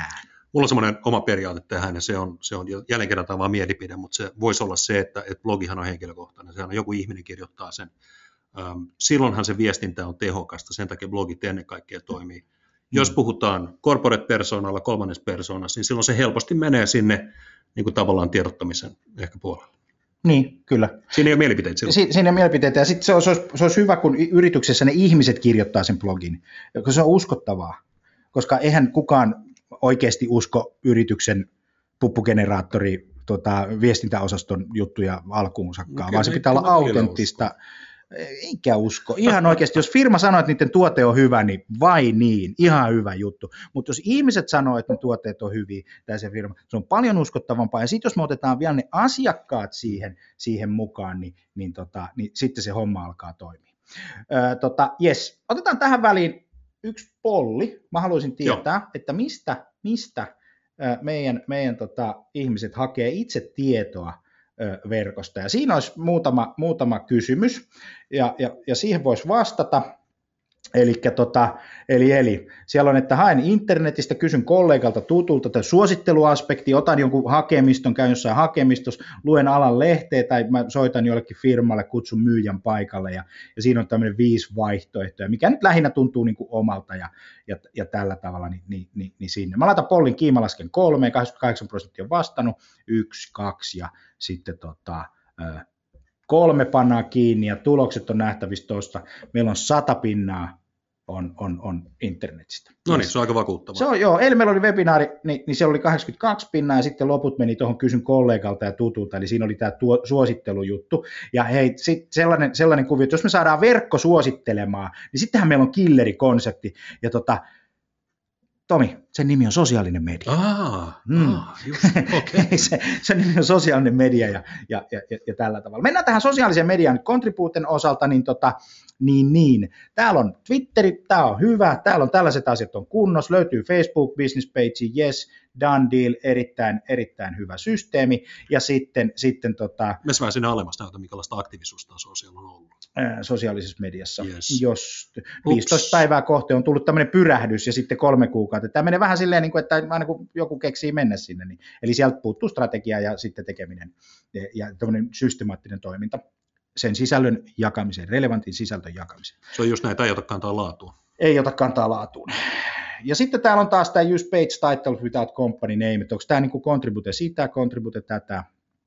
Mulla on semmoinen oma periaate tähän, ja se on, se on jälleen kerran tämä vaan mielipide, mutta se voisi olla se, että, että blogihan on henkilökohtainen, sehän on joku ihminen kirjoittaa sen. Ähm, silloinhan se viestintä on tehokasta, sen takia blogit ennen kaikkea toimii. Mm. Jos puhutaan corporate persoonalla, kolmannes persoonassa, niin silloin se helposti menee sinne niin kuin tavallaan tiedottamisen ehkä puolelle.
Niin, kyllä.
Siinä ei ole mielipiteitä silloin.
Si- siinä ei ole mielipiteitä, ja sitten se, se, olisi, se olisi hyvä, kun yrityksessä ne ihmiset kirjoittaa sen blogin, koska se on uskottavaa, koska eihän kukaan oikeasti usko yrityksen puppugeneraattori tota, viestintäosaston juttuja alkuun sakkaan, vaan se pitää olla autenttista. Eikä usko. Ihan oikeasti, jos firma sanoo, että niiden tuote on hyvä, niin vai niin, ihan hyvä juttu. Mutta jos ihmiset sanoo, että ne tuotteet on hyviä, tai se firma, se on paljon uskottavampaa. Ja sitten jos me otetaan vielä ne asiakkaat siihen, siihen mukaan, niin, niin, tota, niin sitten se homma alkaa toimia. Öö, tota, yes. Otetaan tähän väliin yksi polli. Mä haluaisin tietää, Joo. että mistä, mistä meidän, meidän tota, ihmiset hakee itse tietoa verkosta. Ja siinä olisi muutama, muutama kysymys, ja, ja, ja siihen voisi vastata. Elikkä tota, eli, eli siellä on, että haen internetistä, kysyn kollegalta tutulta tai suositteluaspekti, otan jonkun hakemiston, käyn jossain hakemistossa, luen alan lehteä tai mä soitan jollekin firmalle, kutsun myyjän paikalle ja, ja siinä on tämmöinen viisi vaihtoehtoja, mikä nyt lähinnä tuntuu niin kuin omalta ja, ja, ja tällä tavalla niin, niin, niin, niin sinne. Mä laitan pollin kiinni, mä lasken kolmeen, kahdeksankymmentäkahdeksan prosenttia on vastannut, yksi, kaksi ja sitten tota, kolme pannaa kiinni ja tulokset on nähtävissä tuosta. Meillä on sata pinnaa on, on, on internetistä.
No niin, se on aika vakuuttavaa.
Se on, joo, eilen meillä oli webinaari, niin, niin siellä oli kahdeksankymmentäkaksi pinnaa ja sitten loput meni tuohon kysyn kollegalta ja tutulta, eli siinä oli tämä tuo, suosittelujuttu. Ja hei, sit sellainen, sellainen kuvio, että jos me saadaan verkko suosittelemaan, niin sittenhän meillä on killerikonsepti. Ja tota, Tomi, sen nimi on sosiaalinen media.
Ah,
mm.
ah just, okay.
se, sen nimi on sosiaalinen media ja, ja, ja, ja tällä tavalla. Mennään tähän sosiaaliseen mediaan Contributen osalta, niin, tota, niin, niin. Täällä on Twitteri, tämä on hyvä, täällä on tällaiset asiat on kunnossa, löytyy Facebook, business page, yes, done deal, erittäin, erittäin hyvä systeemi, ja sitten, sitten tota,
Mennään vähän sinne alemmas näytä, minkälaista aktiivisuustasoa siellä on ollut.
Ää, sosiaalisessa mediassa,
Yes.
jos viisitoista päivää kohti on tullut tämmöinen pyrähdys, ja sitten kolme kuukautta. Tämä menee vähän silleen, että aina kun joku keksii mennä sinne, niin, eli sieltä puuttuu strategia ja sitten tekeminen, ja, ja tämmöinen systemaattinen toiminta sen sisällön jakamiseen, relevantin sisältön jakamiseen.
Se on just näin, ei ota kantaa laatuun.
Ei ota kantaa laatuun. Ja sitten täällä on taas tämä use page title without company name, että onko tämä niin kuin contribute sitä, contribute tätä.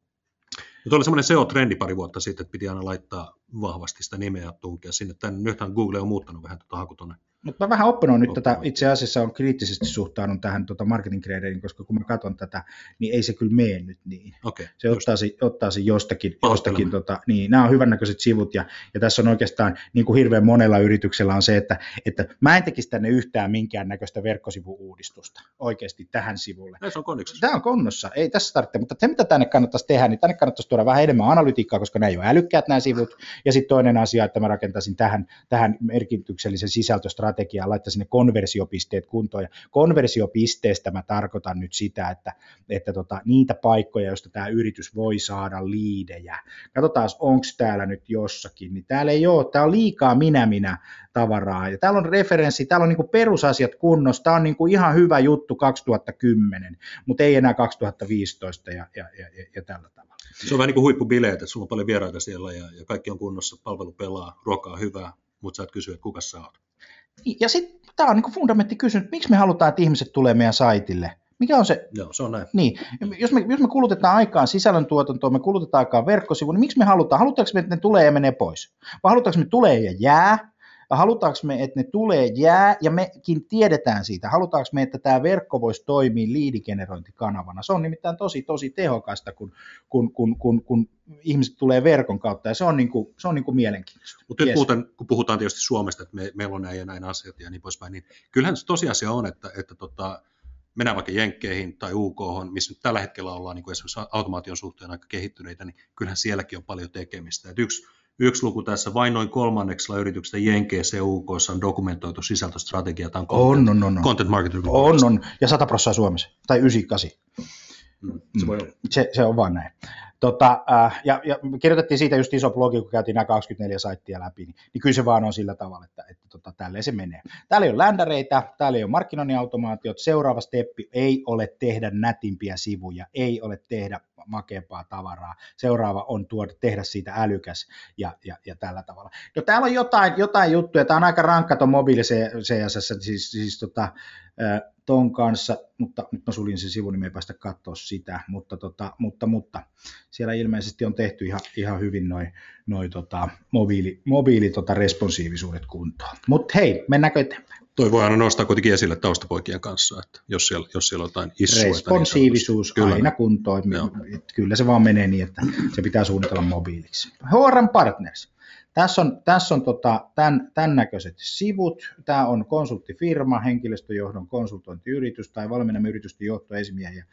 Ja tuo oli semmoinen S E O-trendi pari vuotta sitten, että piti aina laittaa vahvasti sitä nimeä ja tunkea sinne. Tän, nythän Google on muuttanut vähän tuota haku tuonne.
Mutta mä vähän oppinut nyt tätä, itse asiassa on kriittisesti suhtaudun tähän tota marketing graderiin, koska kun mä katson tätä, niin ei se kyllä mene nyt niin.
Okay,
se ottaa se, ottaa se jostakin, jostakin tota, niin nämä on hyvännäköiset sivut ja, ja tässä on oikeastaan niin kuin hirveän monella yrityksellä on se, että, että mä en tekisi tänne yhtään minkäännäköistä verkkosivu-uudistusta oikeasti tähän sivulle.
Ei, se on konniksessa.
Tämä on konnossa, ei tässä tarvitse, mutta se mitä tänne kannattaisi tehdä, niin tänne kannattaisi tuoda vähän enemmän analytiikkaa, koska nämä ei ole älykkäät nämä sivut ja sitten toinen asia, että mä rakentaisin tähän, tähän merkityksellisen sisältöstrategiaan, laittaisin ne konversiopisteet kuntoon ja konversiopisteestä mä tarkoitan nyt sitä, että, että tota, niitä paikkoja, joista tämä yritys voi saada liidejä. Katsotaan, onko täällä nyt jossakin, niin täällä ei ole, tää on liikaa minä-minä tavaraa ja täällä on referenssi, täällä on niinku perusasiat kunnossa, tää on niinku ihan hyvä juttu kaksituhattakymmenen, mutta ei enää kaksituhattaviisitoista ja, ja, ja, ja, ja tällä tavalla.
Se on vähän niin kuin huippubileet, että sulla on paljon vieraita siellä ja, ja kaikki on kunnossa, palvelu pelaa, ruokaa hyvää, mutta sä et kysy, että kuka sä oot.
Ja sitten tämä on niin fundamentti kysymys, että miksi me halutaan, että ihmiset tulee meidän saitille? Mikä on se?
Joo, se on näin.
Niin, jos me, jos me kulutetaan aikaan sisällöntuotantoon, me kulutetaan aikaan verkkosivuun, niin miksi me halutaan? Halutaanko me, että ne tulee ja menee pois? Vai halutaanko me tulee ja jää? Ja halutaanko me, että ne tulee jää ja mekin tiedetään siitä? Halutaanko me, että tämä verkko voisi toimia liidigenerointikanavana? Se on nimittäin tosi, tosi tehokasta, kun, kun, kun, kun, kun ihmiset tulee verkon kautta ja se on, niin kuin, se on niin kuin mielenkiintoista.
Mutta nyt puhutaan, kun puhutaan tietysti Suomesta, että me, meillä on näin ja näin asiat ja niin poispäin, niin kyllähän se tosiasia on, että, että tota, mennään vaikka Jenkkeihin tai U K:hon, missä nyt tällä hetkellä ollaan niin kuin esimerkiksi automaation suhteen aika kehittyneitä, niin kyllähän sielläkin on paljon tekemistä. Et yksi, yksi luku tässä, vain noin kolmanneksella yrityksistä Jenkeissä ja U K:ssa on dokumentoitu sisältöstrategia, tai content,
on, on, on.
content marketing.
On, on, ja sata prosenttia Suomessa, tai yhdeksänkymmentäkahdeksan.
Mm, se, voi
se, se on vaan näin. Tota, äh, ja, ja kirjoitettiin siitä just iso blogi, kun käytiin nämä kaksikymmentäneljä saittia läpi, niin, niin kyllä se vaan on sillä tavalla, että, että tota, tälleen se menee. Täällä ei ole ländäreitä, täällä ei ole markkinoinnin automaatiot, seuraava steppi ei ole tehdä nätimpiä sivuja, ei ole tehdä makeampaa tavaraa, seuraava on tuoda, tehdä siitä älykäs ja, ja, ja tällä tavalla. No täällä on jotain, jotain juttuja, tämä on aika rankka tuon mobiili C S S, siis, siis tota, ton kanssa, mutta nyt mä sulin sen sivun, niin me ei päästä katsoa sitä, mutta, tota, mutta, mutta siellä ilmeisesti on tehty ihan, ihan hyvin noin noi, tota, mobiili, mobiili tota, responsiivisuudet kuntoon. Mutta hei, mennäänkö eteenpäin?
Toi voi aina nostaa kuitenkin esille taustapoikien kanssa, että jos siellä, jos siellä on jotain issuja.
Responsiivisuus niin aina kuntoon, kyllä se vaan menee niin, että se pitää suunnitella mobiiliksi. H R Partners. Tässä on, tässä on tota, tämän, tämän näköiset sivut. Tämä on konsulttifirma, henkilöstöjohdon konsultointiyritys tai valmennamme yritysten johtoesimiehiä.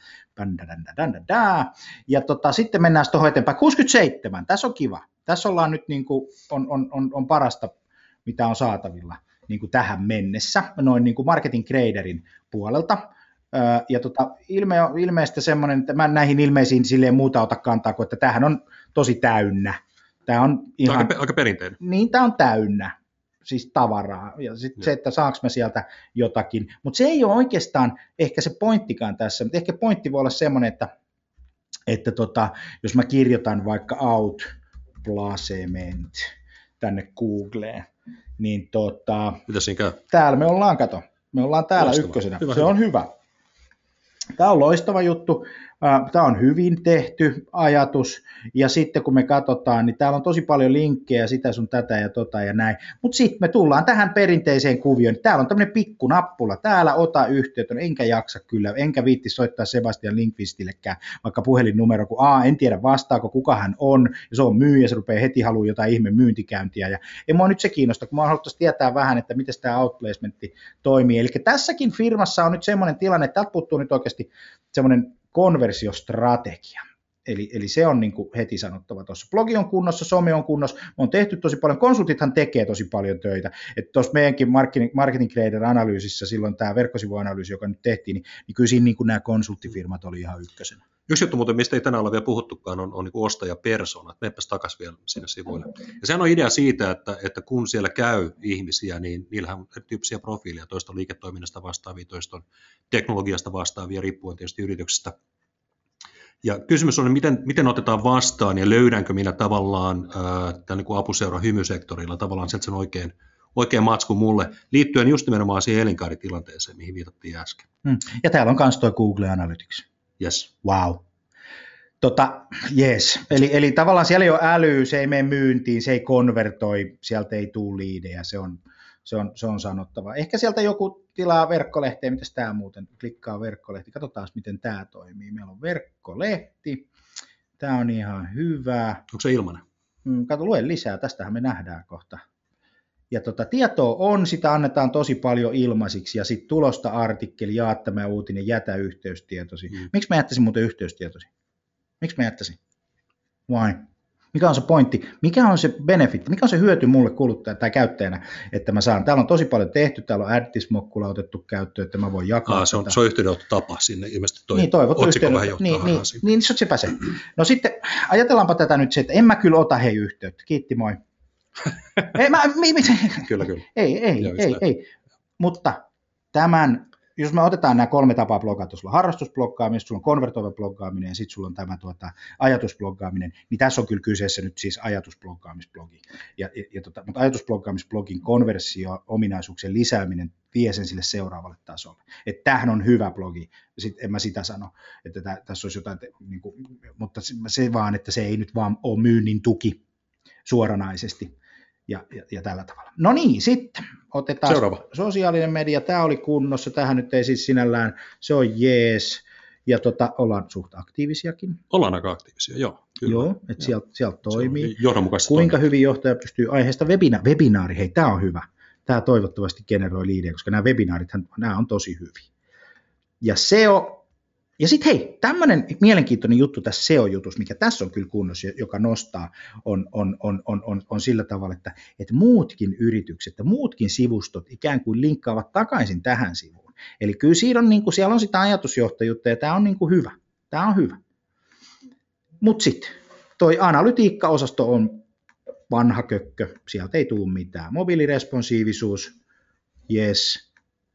Ja tota, sitten mennään tuohon eteenpäin. kuusikymmentäseitsemän, tässä on kiva. Tässä ollaan nyt niin kuin, on, on, on, on parasta, mitä on saatavilla niin kuin tähän mennessä, noin niin kuin marketing graderin puolelta. Ja tota, ilme, ilmeisesti semmoinen, että mä näihin ilmeisiin silleen muuta ota kantaa, kun että tämähän on tosi täynnä. Tämä on ihan,
aika, aika perinteinen.
Niin, tämä on täynnä, siis tavaraa, ja sitten se, että saanko mä sieltä jotakin, mutta se ei ole oikeastaan ehkä se pointtikaan tässä, mutta ehkä pointti voi olla semmoinen, että, että tota, jos mä kirjoitan vaikka outplacement tänne Googleen, niin tota,
mitä siinä käy?
Täällä me ollaan, kato, me ollaan täällä loistava. Ykkösenä, hyvä, se hyvä. On hyvä. Tämä on loistava juttu, tämä on hyvin tehty ajatus, ja sitten kun me katsotaan, niin täällä on tosi paljon linkkejä, sitä sun tätä ja tota ja näin, mutta sitten me tullaan tähän perinteiseen kuvioon, täällä on tämmöinen pikkunappula, täällä ota yhteyttä, no enkä jaksa kyllä, enkä viitti soittaa Sebastian Lindqvistillekään, vaikka puhelinnumero, kun a, en tiedä vastaako, kuka hän on, ja se on myyjä, se rupeaa heti haluaa jotain ihme myyntikäyntiä, ja ei mua nyt se kiinnosta, kun mä haluttaisiin tietää vähän, että miten tämä outplacementti toimii, eli tässäkin firmassa on nyt semmoinen tilanne, että täältä puuttuu nyt oikeasti semmoinen konversiostrategia. Eli, eli se on niin kuin heti sanottava tuossa. Blogi on kunnossa, some on kunnossa, me on tehty tosi paljon, konsultithan tekee tosi paljon töitä. Että tuossa meidänkin marketing, marketing grader analyysissä silloin tämä verkkosivuanalyysi, joka nyt tehtiin, niin, niin kyllä siinä niin kuin nämä konsulttifirmat oli ihan ykkösenä.
Yksi juttu muuten, mistä ei tänään ole vielä puhuttukaan, on, on niin kuin ostajapersonat. Menepäs takaisin vielä sinne sivuille. Ja sehän on idea siitä, että, että kun siellä käy ihmisiä, niin niillähän on tyyppisiä profiileja. Toista on liiketoiminnasta vastaavia, toista on teknologiasta vastaavia, riippuen tietysti yrityksestä. Ja kysymys on, miten, miten otetaan vastaan ja löydänkö minä tavallaan ää, niin kuin apuseura hymysektorilla tavallaan sieltä sen oikein, oikein matsku mulle, liittyen just nimenomaan siihen elinkaaritilanteeseen, mihin viitattiin äsken.
Hmm. Ja täällä on myös tuo Google Analytics.
Yes.
Wow. Tota, yes. Eli, eli tavallaan siellä ei ole älyä, se ei mene myyntiin, se ei konvertoi, sieltä ei tule liidejä, se on, se on, se on sanottava. Ehkä sieltä joku tilaa verkkolehteen, mitäs tämä muuten, klikkaa verkkolehti, katsotaan miten tämä toimii. Meillä on verkkolehti, tämä on ihan hyvä.
Onko se ilmainen?
Kato, lue lisää, tästähän me nähdään kohta. Ja tota, tietoa on, sitä annetaan tosi paljon ilmaisiksi, ja sitten tulosta artikkeli, jaa tämä uutinen, jätä yhteystietosi. Mm. Miksi mä jättäisin muuten yhteystietosi? Miksi mä jättäisin? Why? Mikä on se pointti? Mikä on se benefit? Mikä on se hyöty mulle kuluttajana tai käyttäjänä, että mä saan? Täällä on tosi paljon tehty, täällä on AdThis-mokkula otettu käyttöön, että mä voin jakaa.
Aa, se on, se on yhteydenottotapa sinne, ilmeisesti toi
niin,
otsikko vähän johtaa
niin, niin, niin, se sepä se. No sitten ajatellaanpa tätä nyt se, että en mä kyllä ota hei yhteyttä. Kiitti, moi. ei, mä, mi, mi,
kyllä, kyllä.
Ei, ei, ei, ei, ei. Mutta tämän, jos me otetaan nämä kolme tapaa blogata, sulla on harrastusbloggaaminen, sulla on konvertoiva bloggaaminen ja sitten sulla on tämä tuota, ajatusbloggaaminen, niin tässä on kyllä kyseessä nyt siis ajatusbloggaamisblogi. Ja, ja, ja tota, mutta ajatusbloggaamisblogin konversio-ominaisuuksien lisääminen vie sen sille seuraavalle tasolle. Että tämähän on hyvä blogi, sitten en mä sitä sano, että tä, tässä olisi jotain, niin kuin, mutta se vaan, että se ei nyt vaan ole myynnin tuki suoranaisesti. Ja, ja, ja tällä tavalla. No niin, sitten otetaan
seuraava. Sosiaalinen
media, tämä oli kunnossa, tähän nyt ei siis sinällään, se on jees, ja tota, ollaan suht aktiivisiakin.
Ollaan aika aktiivisia, joo. Kyllä.
Joo, että sieltä, sieltä toimii.
Johdonmukaisesti
Kuinka
toimii.
Hyvin johtaja pystyy aiheesta webina- webinaari, hei tämä on hyvä, tämä toivottavasti generoi liidejä, koska nämä webinaarithan, nämä on tosi hyviä. Ja S E O, ja sitten hei, tämmöinen mielenkiintoinen juttu tässä S E O-jutussa, mikä tässä on kyllä kunnossa, joka nostaa, on, on, on, on, on, on sillä tavalla, että, että muutkin yritykset ja muutkin sivustot ikään kuin linkkaavat takaisin tähän sivuun. Eli kyllä siinä on, niin kuin, siellä on sitä ajatusjohtajuutta ja tämä on niin kuin hyvä. Tämä on hyvä. Mutta sitten toi analytiikka-osasto on vanha kökkö, sieltä ei tule mitään. Mobiiliresponsiivisuus, yes,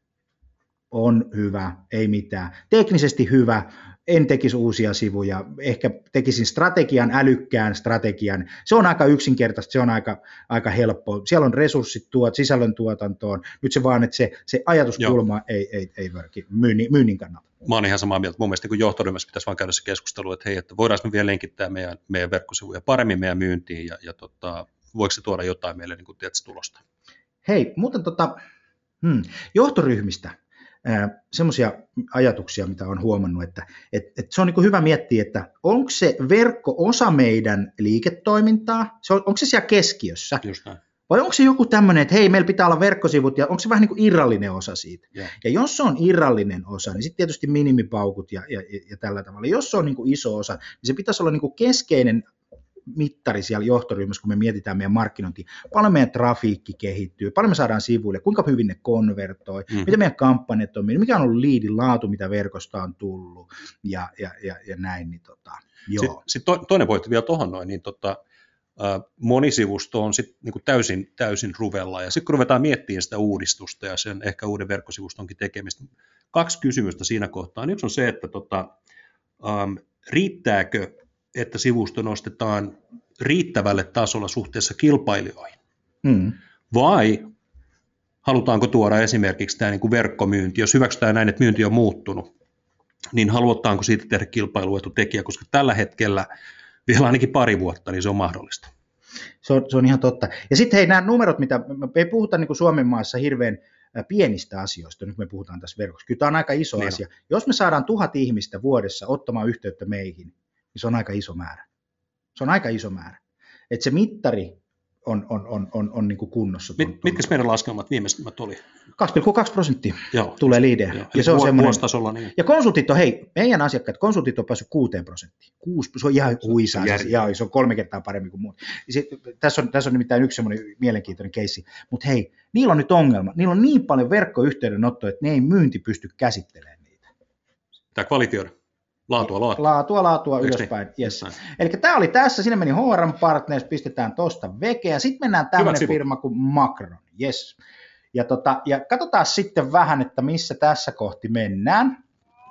on hyvä, ei mitään. Teknisesti hyvä, en tekisi uusia sivuja, ehkä tekisin strategian, älykkään strategian. Se on aika yksinkertaista, se on aika, aika helppoa. Siellä on resurssit tuot, sisällön tuotantoon. Nyt se vaan, että se, se ajatuskulma Joo. ei, ei, ei vörki myynnin, myynnin kannalta.
Mä oon ihan samaa mieltä. Mun mielestä niin johtoryhmässä pitäisi vaan käydä se keskustelu, että hei, että voidaanko me vielä linkittää meidän, meidän verkkosivuja paremmin meidän myyntiin ja, ja tota, voiko se tuoda jotain meille niin kuin, tiedätkö, tulosta?
Hei, muuten tota, hmm, johtoryhmistä. Semmoisia ajatuksia, mitä olen huomannut, että, että, että se on niin kuin hyvä miettiä, että onko se verkko osa meidän liiketoimintaa, se on, onko se siellä keskiössä, vai onko se joku tämmöinen, että hei, meillä pitää olla verkkosivut, ja onko se vähän niin kuin irrallinen osa siitä. Yeah. Ja jos se on irrallinen osa, niin sitten tietysti minimipaukut ja, ja, ja tällä tavalla. Jos se on niin kuin iso osa, niin se pitäisi olla niin kuin keskeinen mittari siellä johtoryhmässä, kun me mietitään meidän markkinointia, paljon meidän trafiikki kehittyy, paljon me saadaan sivuille, kuinka hyvin ne konvertoi, mm. miten meidän kampanjat on, mikä on ollut liidin laatu, mitä verkosta on tullut, ja, ja, ja, ja näin. Niin tota, joo.
Sitten, sitten to, toinen pointti vielä tuohon noin, niin tota, äh, monisivusto on sitten niinku täysin, täysin ruvella, ja sitten kun ruvetaan miettimään sitä uudistusta ja sen ehkä uuden verkkosivustonkin tekemistä, kaksi kysymystä siinä kohtaa. Yksi on se, että tota, ähm, riittääkö että sivusto nostetaan riittävälle tasolla suhteessa kilpailijoihin, mm. vai halutaanko tuoda esimerkiksi tämä niin kuin verkkomyynti, jos hyväksytään näin, että myynti on muuttunut, niin halutaanko siitä tehdä kilpailuetutekijä, koska tällä hetkellä vielä ainakin pari vuotta, niin se on mahdollista.
Se on, se on ihan totta. Ja sitten hei, nämä numerot, mitä me ei puhuta niin kuin Suomen maassa hirveän pienistä asioista, nyt me puhutaan tässä verkossa, kyllä tämä on aika iso niin asia. On. Jos me saadaan tuhat ihmistä vuodessa ottamaan yhteyttä meihin, niin se on aika iso määrä. Se on aika iso määrä. Että se mittari on, on, on, on, on niin kuin kunnossa.
Mit, mitkä meidän laskelmat viimeisimmät oli?
kaksi pilkku kaksi prosenttia Joo. tulee liidejä.
Ja, se on semmoinen. Niin.
Ja konsultit on, hei, meidän asiakkaat, konsultit on päässyt kuuteen prosenttiin. Kuusi, se on ihan huisaa. Se, se on kolme kertaa paremmin kuin muut. Tässä on, tässä on nimittäin yksi semmoinen mielenkiintoinen keissi. Mutta hei, niillä on nyt ongelma. Niillä on niin paljon verkkoyhteydenottoja, että ne ei myynti pysty käsittelemään niitä.
Tämä kvalifioida. Laatua, laatua.
Laatua, laatua ylöspäin. Yes. Eli tämä oli tässä, siinä meni H R M Partners, pistetään tuosta vekeä. Sitten mennään tämmöinen firma kuin Macron. Yes. Ja, tota, ja katsotaan sitten vähän, että missä tässä kohti mennään.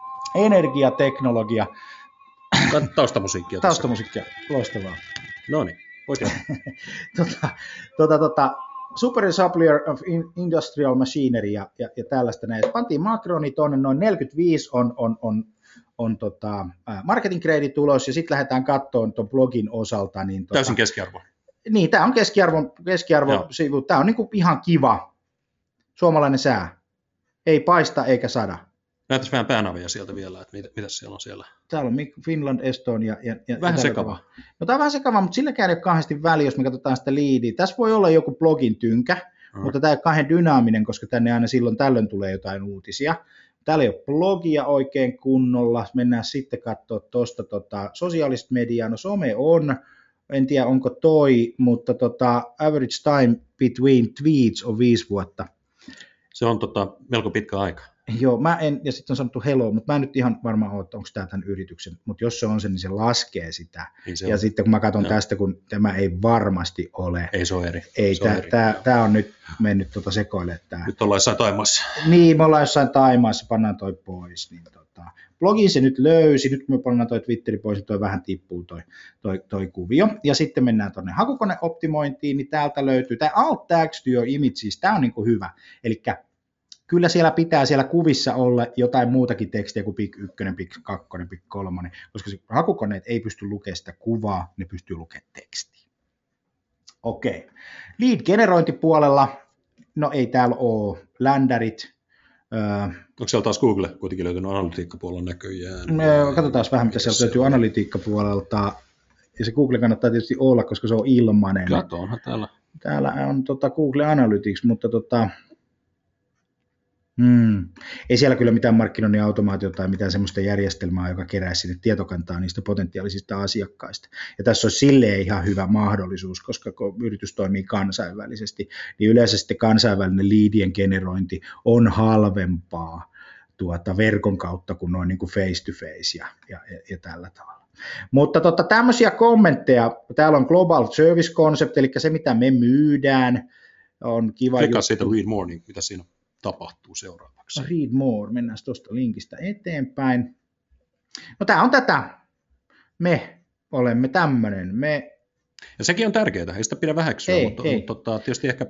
Energiateknologia.
Taustamusiikkia.
Taustamusiikkia, loistavaa.
No niin, voit
tota, tota, tota, Super Supplier of Industrial Machinery ja, ja, ja tällaista näin. Pantiin Macroni tuonne, noin neljäkymmentäviisi on, on, on on tota, marketing grade tulos, ja sitten lähdetään katsomaan tuon blogin osalta. Niin, tota,
täysin keskiarvo.
Niin, tämä on keskiarvo, keskiarvo sivu. Tämä on niinku ihan kiva suomalainen sää. Ei paista eikä sada.
Näytäisi vähän päänavia sieltä vielä, että mit, mitä siellä on siellä.
Täällä on Finland, Estonia. Ja, ja,
vähän
ja
sekavaa.
No tämä on vähän sekavaa, mutta silläkään ei ole kauheasti väliä, jos me katsotaan sitä liidiä. Tässä voi olla joku blogin tynkä, mm. mutta tämä ei ole kauhean dynaaminen, koska tänne aina silloin tällöin tulee jotain uutisia. Täällä ei ole blogia oikein kunnolla, mennään sitten katsoa tuosta tota, sosiaalista mediaa, no some on, en tiedä onko toi, mutta tota, average time between tweets on viisi vuotta.
Se on tota, melko pitkä aika.
Joo, mä en, ja sitten on sanottu hello, mutta mä en nyt ihan varmaan ole, että onko tämä tämän yrityksen, mutta jos se on se, niin se laskee sitä. Niin se ja on. Sitten kun mä katson no. tästä, kun tämä ei varmasti ole.
Ei se ole eri.
Ei, tämä, eri. Tämä, tämä on nyt mennyt tuota sekoille. Tämä.
Nyt ollaan jossain Taimaassa.
Niin, me ollaan jossain Taimaassa, pannaan toi pois. Niin tota, blogin se nyt löysi, nyt kun me pannaan toi Twitteri pois, niin toi vähän tippuu toi, toi, toi kuvio. Ja sitten mennään tuonne hakukoneoptimointiin, niin täältä löytyy, tämä alt tags to your images, tämä on niin kuin hyvä, elikkä kyllä siellä pitää siellä kuvissa olla jotain muutakin tekstiä kuin pik yksi, pik kaksi, pik kolme, koska hakukoneet ei pysty lukemaan sitä kuvaa, ne pystyy lukemaan tekstiä. Okei. Lead-generointipuolella, no ei täällä ole länderit.
Onko siellä taas Google kuitenkin löytynyt analytiikkapuolella näköjään?
Katsotaan vähän, mitä sieltä löytyy analytiikkapuolelta. Ja se Google kannattaa tietysti olla, koska se on ilmainen.
Kato, onhan täällä.
Täällä on tota Google Analytics, mutta tota... Hmm. Ei siellä kyllä mitään markkinoinnin automaatiota tai mitään semmoista järjestelmää, joka keräisi sinne tietokantaa niistä potentiaalisista asiakkaista. Ja tässä on silleen ihan hyvä mahdollisuus, koska kun yritys toimii kansainvälisesti, niin yleensä sitten kansainvälinen liidien generointi on halvempaa tuota verkon kautta kuin noin niin kuin face to face ja, ja, ja tällä tavalla. Mutta tota, tämmöisiä kommentteja, täällä on Global Service Concept, eli se mitä me myydään, on kiva
Klikkaa siitä Read More, niin mitä siinä tapahtuu seuraavaksi.
Read More, mennään tuosta linkistä eteenpäin. No tämä on tätä, me olemme tämmöinen, me...
Ja sekin on tärkeää, ei sitä pidä väheksyä,
ei,
mutta,
ei.
mutta tota, tietysti ehkä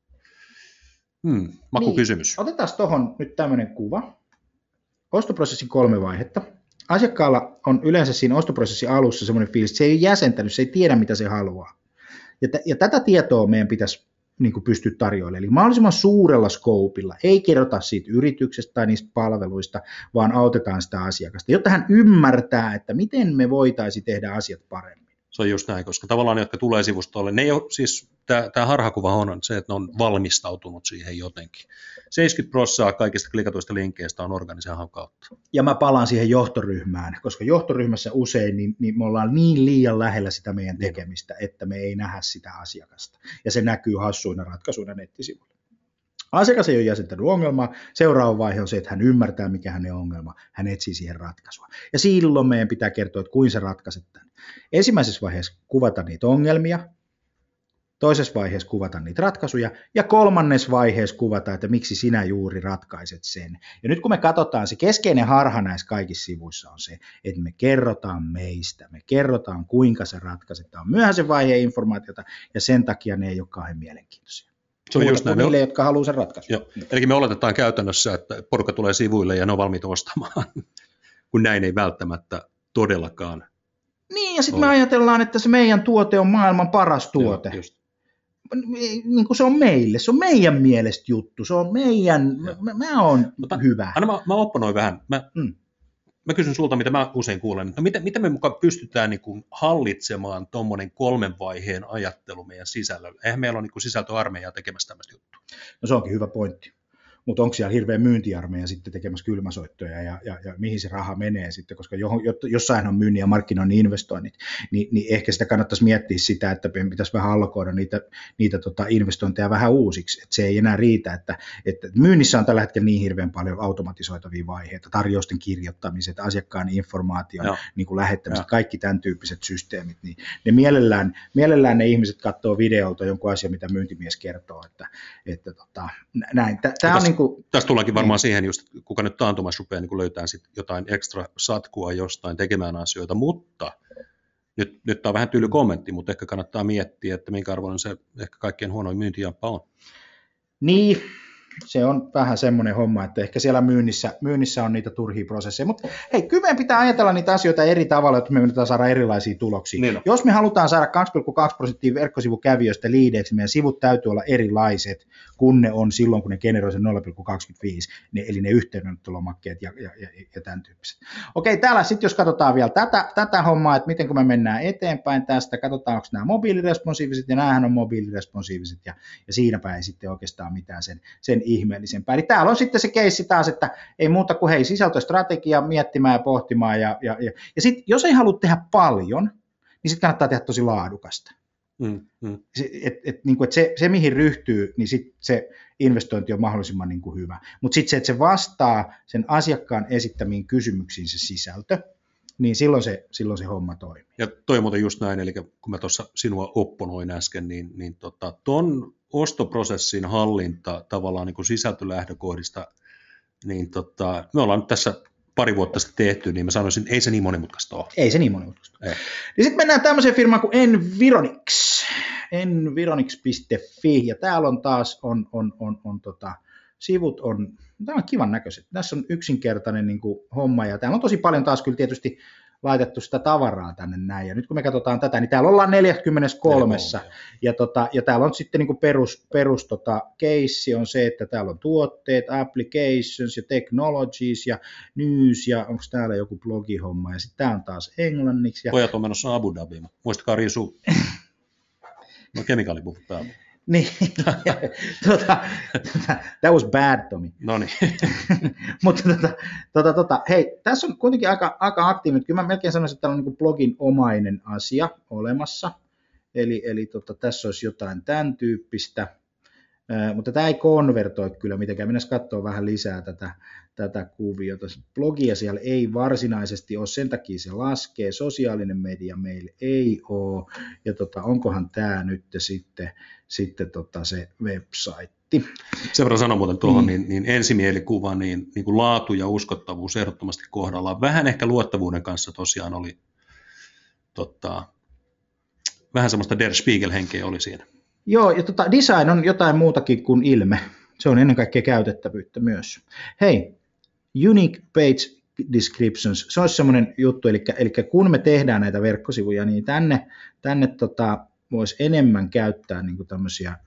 hmm, makukysymys.
Niin, otetaan tuohon nyt tämmöinen kuva. Ostoprosessin kolme vaihetta. Asiakkaalla on yleensä siinä ostoprosessin alussa semmoinen fiilis, että se ei ole jäsentänyt, se ei tiedä mitä se haluaa. Ja, t- ja tätä tietoa meidän pitäisi niin kuin pystyä tarjoilemaan. Eli mahdollisimman suurella skoopilla, ei kerrota siitä yrityksestä tai niistä palveluista, vaan autetaan sitä asiakasta, jotta hän ymmärtää, että miten me voitaisiin tehdä asiat paremmin.
Se on just näin, koska tavallaan ne, jotka tulee sivustolle, ne ei ole, siis tämä harhakuva on se, että ne on valmistautunut siihen jotenkin. seitsemänkymmentä prosenttia kaikista klikatuista linkkeistä on organisaation kautta.
Ja mä palaan siihen johtoryhmään, koska johtoryhmässä usein niin, niin me ollaan niin liian lähellä sitä meidän tekemistä, että me ei nähdä sitä asiakasta. Ja se näkyy hassuina ratkaisuina nettisivuilla. Asiakas ei ole jäsentänyt ongelmaa. Seuraava vaihe on se, että hän ymmärtää, mikä hänen ongelma. Hän etsii siihen ratkaisua. Ja silloin meidän pitää kertoa, että kuinka sä ratkaiset tämän. Ensimmäisessä vaiheessa kuvata niitä ongelmia. Toisessa vaiheessa kuvata niitä ratkaisuja. Ja kolmannessa vaiheessa kuvata, että miksi sinä juuri ratkaiset sen. Ja nyt kun me katsotaan, se keskeinen harha näissä kaikissa sivuissa on se, että me kerrotaan meistä. Me kerrotaan, kuinka sä ratkaiset. Tämä on myöhäisen vaiheen informaatiota ja sen takia ne ei ole kauhean mielenkiintoisia.
Se on just näin.
Niille, jotka haluaa sen ratkaisun.
Joo. Eli me oletetaan käytännössä, että porukka tulee sivuille ja ne on valmiit ostamaan, kun näin ei välttämättä todellakaan.
Niin, ja sitten me ajatellaan, että se meidän tuote on maailman paras tuote. Joo, just. Niin kuin se on meille, se on meidän mielestä juttu, se on meidän, mä, mä oon Mutta, hyvä.
Anna mä, mä opponoin vähän. Mä, mm. mä kysyn sulta, mitä mä usein kuulen, että miten, miten me mukaan pystytään niin kuin hallitsemaan tuommoinen kolmen vaiheen ajattelu meidän sisällöllä. Eihän meillä ole niin kuin sisältöarmeijaa tekemässä tämmöistä juttua.
No se onkin hyvä pointti. Mutta onko siellä hirveä myyntiarmeija sitten tekemässä kylmäsoittoja ja, ja, ja mihin se raha menee sitten, koska jo, jossain on myynnin ja markkinoinnin investoinnit, niin, niin ehkä sitä kannattaisi miettiä sitä, että pitäisi vähän allokoida niitä, niitä tota investointeja vähän uusiksi, että se ei enää riitä, että, että myynnissä on tällä hetkellä niin hirveän paljon automatisoitavia vaiheita, tarjousten kirjoittamiset, asiakkaan informaation niin kuin lähettämiset, Joo. kaikki tämän tyyppiset systeemit, niin ne mielellään, mielellään ne ihmiset katsoo videolta jonkun asian, mitä myyntimies kertoo, että, että tota, näin. Tämä on niin kuin,
tässä tullaankin varmaan niin. siihen, just, kuka nyt taantumassa rupeaa niin löytämään sit jotain ekstra satkua jostain tekemään asioita, mutta nyt, nyt tämä on vähän tyyli kommentti, mutta ehkä kannattaa miettiä, että minkä arvoinen se ehkä kaikkein huonoin myyntijamppa on.
Niin, se on vähän semmoinen homma, että ehkä siellä myynnissä, myynnissä on niitä turhia prosesseja, mutta hei, kyllä meidän pitää ajatella niitä asioita eri tavalla, että me yritetään saada erilaisia tuloksia. Niin Jos me halutaan saada kaksi pilkku kaksi prosenttia verkkosivukävijöistä liideiksi, meidän sivut täytyy olla erilaiset, kun ne on silloin, kun ne generoi sen nolla pilkku kaksikymmentäviisi, ne, eli ne yhteydenottelomakkeet ja, ja, ja, ja tämän tyyppiset. Okei, täällä sitten jos katsotaan vielä tätä, tätä hommaa, että miten kun me mennään eteenpäin tästä, katsotaan, onko nämä mobiiliresponsiiviset, ja näähän on mobiiliresponsiiviset, ja, ja siinäpä ei sitten oikeastaan mitään sen, sen ihmeellisempää. Eli täällä on sitten se keissi taas, että ei muuta kuin hei, sisältöstrategia miettimään ja pohtimaan, ja, ja, ja, ja sitten jos ei halua tehdä paljon, niin sitten kannattaa tehdä tosi laadukasta. Mm, mm. Se, et, et, niin kuin, et se, se, mihin ryhtyy, niin sit se investointi on mahdollisimman niin kuin hyvä. Mutta sitten se, että se vastaa sen asiakkaan esittämiin kysymyksiin se sisältö, niin silloin se, silloin se homma toimii.
Ja toi on muuten just näin, eli kun mä tuossa sinua opponoin äsken, niin, niin tota, ton ostoprosessin hallinta tavallaan niin kuin sisältölähdökohdista, niin tota, me ollaan nyt tässä pari vuotta sitten tehty, niin mä sanoisin, että ei se niin monimutkaista ole.
Ei se niin monimutkaista ole. Niin sitten mennään tämmöiseen firmaan kuin Environix, environix piste fi, ja täällä on taas, on, on, on, on tota, sivut on, tämä on kivan näköiset. Tässä on yksinkertainen niin kuin homma, ja täällä on tosi paljon taas kyllä tietysti laitettu sitä tavaraa tänne näin, ja nyt kun me katsotaan tätä, niin täällä ollaan neljäkymmentäkolme, ja, tota, ja täällä on sitten niin kuin perus, perus tota, case on se, että täällä on tuotteet, applications ja technologies ja news, ja onko täällä joku blogihomma, ja sitten tää on taas englanniksi. Ja...
Pojat on menossa Abu Dhabiin, muistakaa riisua, no kemikaalipuvut päällä.
Niin, tuota, that was bad, Tomi.
No niin.
Mutta tota, tota, tota, hei, tässä on kuitenkin aika, aika aktiivinen. Kyllä mä melkein sanoisin, että täällä on niin blogin omainen asia olemassa. Eli, eli tota, tässä olisi jotain tämän tyyppistä. mutta tämä ei konvertoi kyllä mitenkään. Mennään katsoa vähän lisää tätä, tätä kuviota. Blogia siellä ei varsinaisesti ole, sen takia se laskee. Sosiaalinen media meillä ei ole. Ja tota, onkohan tämä nyt sitten, sitten tota se website?
Sen verran sanon muuten tuohon, niin, niin ensimielisukuva, niin, niin kuin laatu ja uskottavuus ehdottomasti kohdallaan. Vähän ehkä luottavuuden kanssa tosiaan oli, tota, vähän semmoista Der Spiegel-henkeä oli siinä.
Joo, ja tota, design on jotain muutakin kuin ilme. Se on ennen kaikkea käytettävyyttä myös. Hei, unique page descriptions, se olisi semmoinen juttu, eli, eli kun me tehdään näitä verkkosivuja, niin tänne, tänne tota, voisi enemmän käyttää niin kuin tämmöisiä,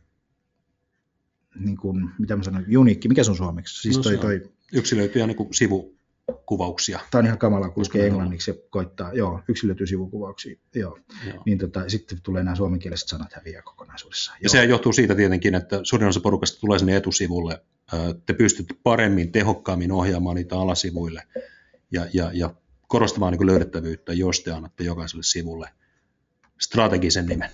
niin kuin, mitä mä sanon, uniikki, mikä se on suomeksi? Siis
no,
toi,
se
toi,
yksilöityjä niin kuin sivukuvauksia.
Tämä on ihan kamala, kun lukee englanniksi ja koittaa, joo, yksilöityjä sivukuvauksia, joo. joo. Niin tota, sitten tulee nämä suomenkieliset sanat häviää kokonaisuudessaan.
Ja sehän johtuu siitä tietenkin, että suurin osa porukasta tulee sinne etusivulle, te pystytte paremmin, tehokkaammin ohjaamaan niitä alasivuille ja, ja, ja korostamaan niin kuin löydettävyyttä, jos te annatte jokaiselle sivulle strategisen nimen.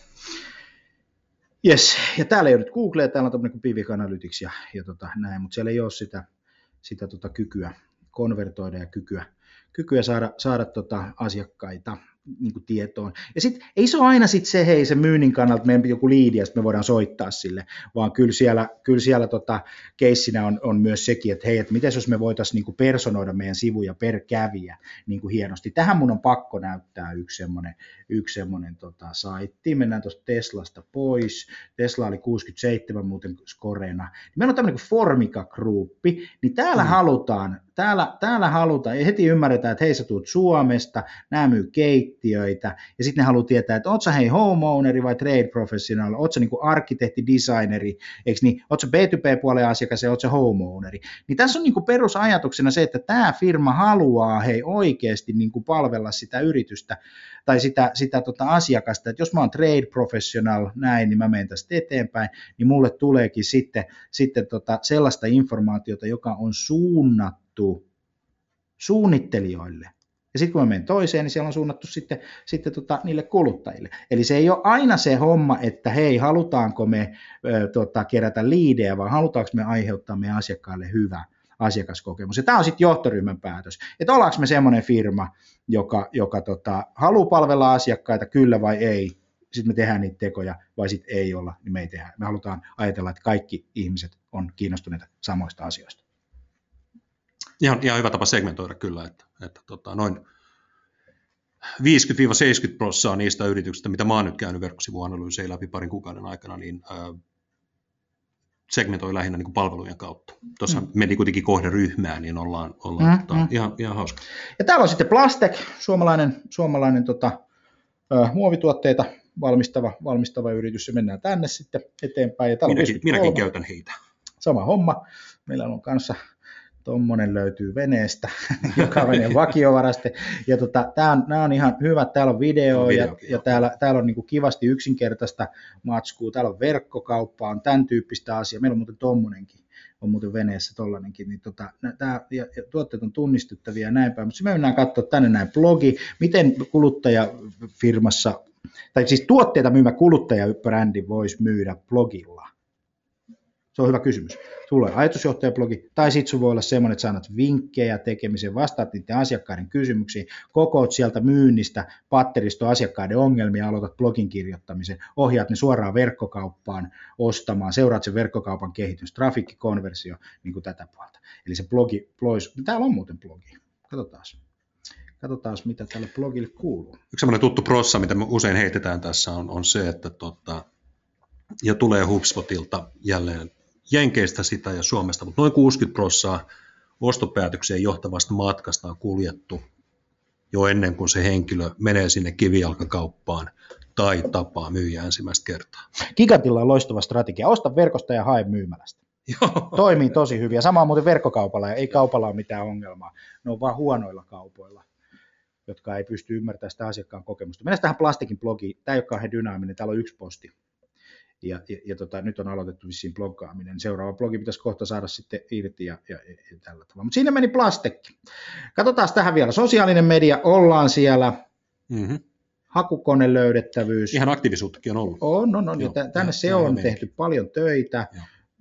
Yes, ja täällä ei ole nyt Googlea, täällä on tämmöinen kuin Pivik Analytics ja, ja tota, näin, mutta siellä ei ole sitä, sitä tota kykyä konvertoida ja kykyä, kykyä saada, saada tota asiakkaita niin kuin tietoon. Ja sitten ei se ole aina sit se, hei, se myynnin kannalta, että meidän joku liidi ja sitten me voidaan soittaa sille, vaan kyllä siellä, kyllä siellä tota, keissinä on, on myös sekin, että hei, että miten jos me voitaisiin niin kuin personoida meidän sivuja per kävijä niin kuin hienosti. Tähän mun on pakko näyttää yksi semmoinen, yksi semmoinen tota, saitti. Mennään tuosta Teslasta pois. Tesla oli kuusikymmentäseitsemän muuten skorena. Meillä on tämmöinen kuin Formica-gruppi, niin täällä mm. halutaan, täällä, täällä halutaan, ja heti ymmärretään, että hei, sä tuut Suomesta, nämä myy keittiöitä, ja sitten ne haluaa tietää, että oot sä hei homeowneri vai trade professional, oot sä niinku arkkitehti, designeri, eikö niin, oot sä B two B-puolen asiakas ja oot sä homeowneri. Niin tässä on niinku perusajatuksena se, että tämä firma haluaa hei oikeasti niinku palvella sitä yritystä tai sitä, sitä tota asiakasta, että jos mä oon trade professional näin, niin mä menen tästä eteenpäin, niin mulle tuleekin sitten, sitten tota sellaista informaatiota, joka on suunnattu suunnittelijoille. Ja sitten kun mä menen toiseen, niin siellä on suunnattu sitten, sitten tota, niille kuluttajille. Eli se ei ole aina se homma, että hei, halutaanko me ö, tota, kerätä liidejä, vai halutaanko me aiheuttaa meidän asiakkaille hyvä asiakaskokemus. Ja tämä on sitten johtoryhmän päätös, että ollaanko me semmoinen firma, joka, joka tota, haluaa palvella asiakkaita, kyllä vai ei, sitten me tehdään niitä tekoja, vai sitten ei olla, niin me ei tehdä. Me halutaan ajatella, että kaikki ihmiset on kiinnostuneita samoista asioista.
Ihan, ihan hyvä tapa segmentoida kyllä, että, että tota, noin viisikymmentä seitsemänkymmentä prosenttia niistä yrityksistä, mitä mä oon nyt käynyt verkkosivuanalyysejä läpi parin kuukauden aikana, niin ää, segmentoi lähinnä niin kuin palvelujen kautta. Tuossa mm. meni kuitenkin kohderyhmään, niin ollaan, ollaan mm, tota, mm. Ihan, ihan hauska.
Ja täällä on sitten Plastek, suomalainen, suomalainen tota, ä, muovituotteita valmistava, valmistava yritys, ja mennään tänne sitten eteenpäin. Ja
minäkin, minäkin käytän heitä.
Sama homma. Meillä on kanssa tommonen löytyy veneestä, joka veneen vakiovaraste. Ja tota, tää on, nämä on ihan hyvät, täällä on video, no, ja, ja täällä, täällä on niinku kivasti yksinkertaista matskua, täällä on verkkokauppaa, on tämän tyyppistä asiaa, meillä on muuten tommonenkin, on muuten veneessä tollanenkin, niin tota, tää, ja, ja tuotteet on tunnistettavia ja näin päin, mutta me mennään katsoa tänne näin blogi, miten kuluttajafirmassa, tai siis tuotteita myymä kuluttajabrändi voisi myydä blogilla. Se on hyvä kysymys. Tulee ajatusjohtajablogi, tai sitten sun voi olla semmoinen, että sä annat vinkkejä tekemiseen, vastaat niiden asiakkaiden kysymyksiin, kokoat sieltä myynnistä patteristoa asiakkaiden ongelmia, aloitat blogin kirjoittamisen, ohjaat ne suoraan verkkokauppaan ostamaan, seuraat sen verkkokaupan kehitys, trafikkikonversio, niin kuin tätä puolta. Eli se blogi, blois, täällä on muuten blogi, katsotaan. Katsotaan, mitä tälle blogille kuuluu.
Yksi semmoinen tuttu prossa, mitä me usein heitetään tässä, on, on se, että tota, ja tulee HubSpotilta jälleen Jenkeistä sitä ja Suomesta, mutta noin kuusikymmentä prosenttia ostopäätökseen johtavasta matkasta on kuljettu jo ennen kuin se henkilö menee sinne kivijalkakauppaan tai tapaa myyjää ensimmäistä kertaa.
Gigantilla on loistava strategia. Osta verkosta ja hae myymälästä. Joo. Toimii tosi hyvin. Ja sama on muuten verkkokaupalla, ja ei kaupalla ole mitään ongelmaa. Ne on vaan huonoilla kaupoilla, jotka ei pysty ymmärtämään sitä asiakkaan kokemusta. Mennään tähän Plastikin blogiin. Tämä ei ole kauhean dynaaminen, täällä on yksi posti. Ja, ja, ja tota, nyt on aloitettu vissiin bloggaaminen. Seuraava blogi pitäisi kohta saada sitten irti ja, ja, ja tällä tavalla. Mutta siinä meni Plastekki. Katsotaan tähän vielä. Sosiaalinen media, ollaan siellä. Mm-hmm. Hakukone löydettävyys.
Ihan aktiivisuuttakin on ollut.
On, on, on. Ja tänne Joo, se on tehty paljon töitä. Joo.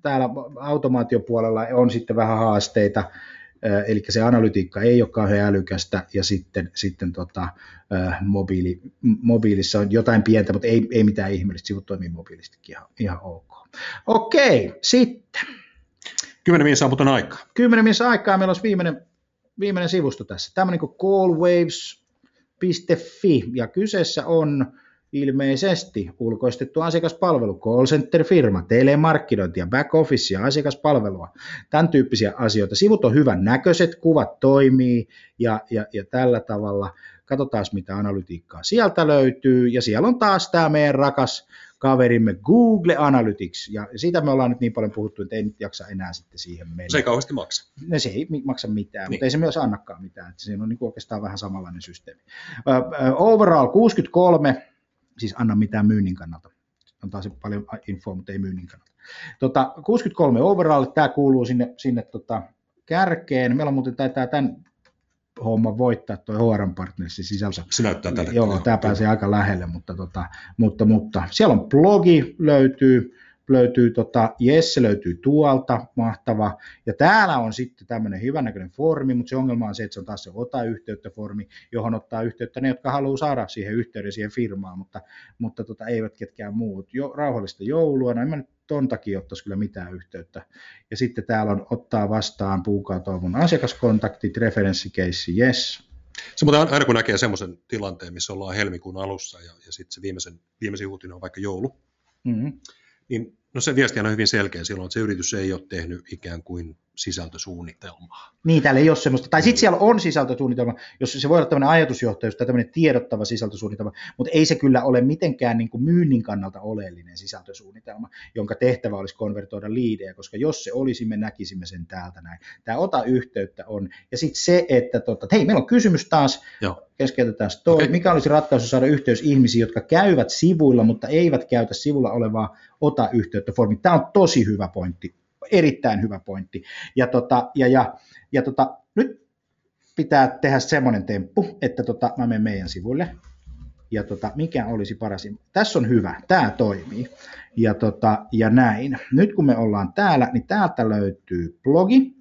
täällä automaatiopuolella on sitten vähän haasteita, eli se analytiikka ei ole kauhean älykästä, ja sitten, sitten tota, mobiili, mobiilissa on jotain pientä, mutta ei, ei mitään ihmeellistä, sivut toimii mobiilistikin ihan, ihan ok. Okei, sitten.
Kymmenen minuuttia on aikaa.
Kymmenen minuuttia aikaa, meillä olisi viimeinen, viimeinen sivusto tässä, tämmöinen kuin callwaves piste fi, ja kyseessä on ilmeisesti ulkoistettu asiakaspalvelu, call center-firma, telemarkkinointia, back officea, asiakaspalvelua, tämän tyyppisiä asioita. Sivut on hyvän näköiset, kuvat toimii ja, ja, ja tällä tavalla. Katsotaan, mitä analytiikkaa sieltä löytyy. Ja siellä on taas tämä meidän rakas kaverimme Google Analytics. Ja siitä me ollaan nyt niin paljon puhuttu, että ei nyt jaksa enää sitten siihen mennä.
Se ei kauheasti maksa.
No, se ei maksa mitään, niin. Mutta ei se myös annakaan mitään. Että siinä on niin oikeastaan vähän samanlainen systeemi. Uh, overall kuusikymmentäkolme. Siis anna mitään myynnin kannalta. On taas paljon infoa, mutta ei myynnin kannalta. Tota, kuusikymmentäkolme overall, tämä kuuluu sinne, sinne tota, kärkeen. Meillä on muuten taitaa tämän homman voittaa tuo H R Partnersin sisältö.
Se näyttää tältä.
Joo, tämä pääsee aika lähelle, mutta, tota, mutta, mutta siellä on blogi löytyy, löytyy tota, Jesse löytyy tuolta, mahtava, ja täällä on sitten tämmöinen hyvännäköinen formi, mutta se ongelma on se, että se on taas se ota yhteyttä formi, johon ottaa yhteyttä ne, jotka haluaa saada siihen yhteyden siihen firmaan, mutta, mutta tota, eivät ketkään muut. Jo, rauhallista joulua, no en mä nyt ton takia ottaisi kyllä mitään yhteyttä. Ja sitten täällä on ottaa vastaan puukaatoivun asiakaskontaktit, referenssikeissi, yes.
Se mutta aina kun näkee semmoisen tilanteen, missä ollaan helmikuun alussa ja, ja sitten se viimeisen, viimeisin uutinen on vaikka joulu, mm-hmm. niin no se viesti on hyvin selkeä silloin, että se yritys ei ole tehnyt ikään kuin sisältösuunnitelmaa.
Niin, täällä ei ole semmoista, tai sitten siellä on sisältösuunnitelma, jos se voi olla tämmöinen ajatusjohtajuus tai tämmöinen tiedottava sisältösuunnitelma, mutta ei se kyllä ole mitenkään niin kuin myynnin kannalta oleellinen sisältösuunnitelma, jonka tehtävä olisi konvertoida liidejä, koska jos se olisi, me näkisimme sen täältä näin. Tämä ota yhteyttä on, ja sitten se, että, tota, että hei, meillä on kysymys taas, Joo. keskeytetään toi, okay. Mikä olisi ratkaisu saada yhteys ihmisiin, jotka käyvät sivuilla, mutta eivät käytä sivulla olevaa ota yhteyttä formi. Tämä on tosi hyvä pointti. Erittäin hyvä pointti. Ja, tota, ja, ja, ja tota, nyt pitää tehdä semmoinen temppu, että tota, mä menen meidän sivuille. Ja tota, mikä olisi paras? Tässä on hyvä, tämä toimii. Ja, tota, ja näin. Nyt kun me ollaan täällä, niin täältä löytyy blogi.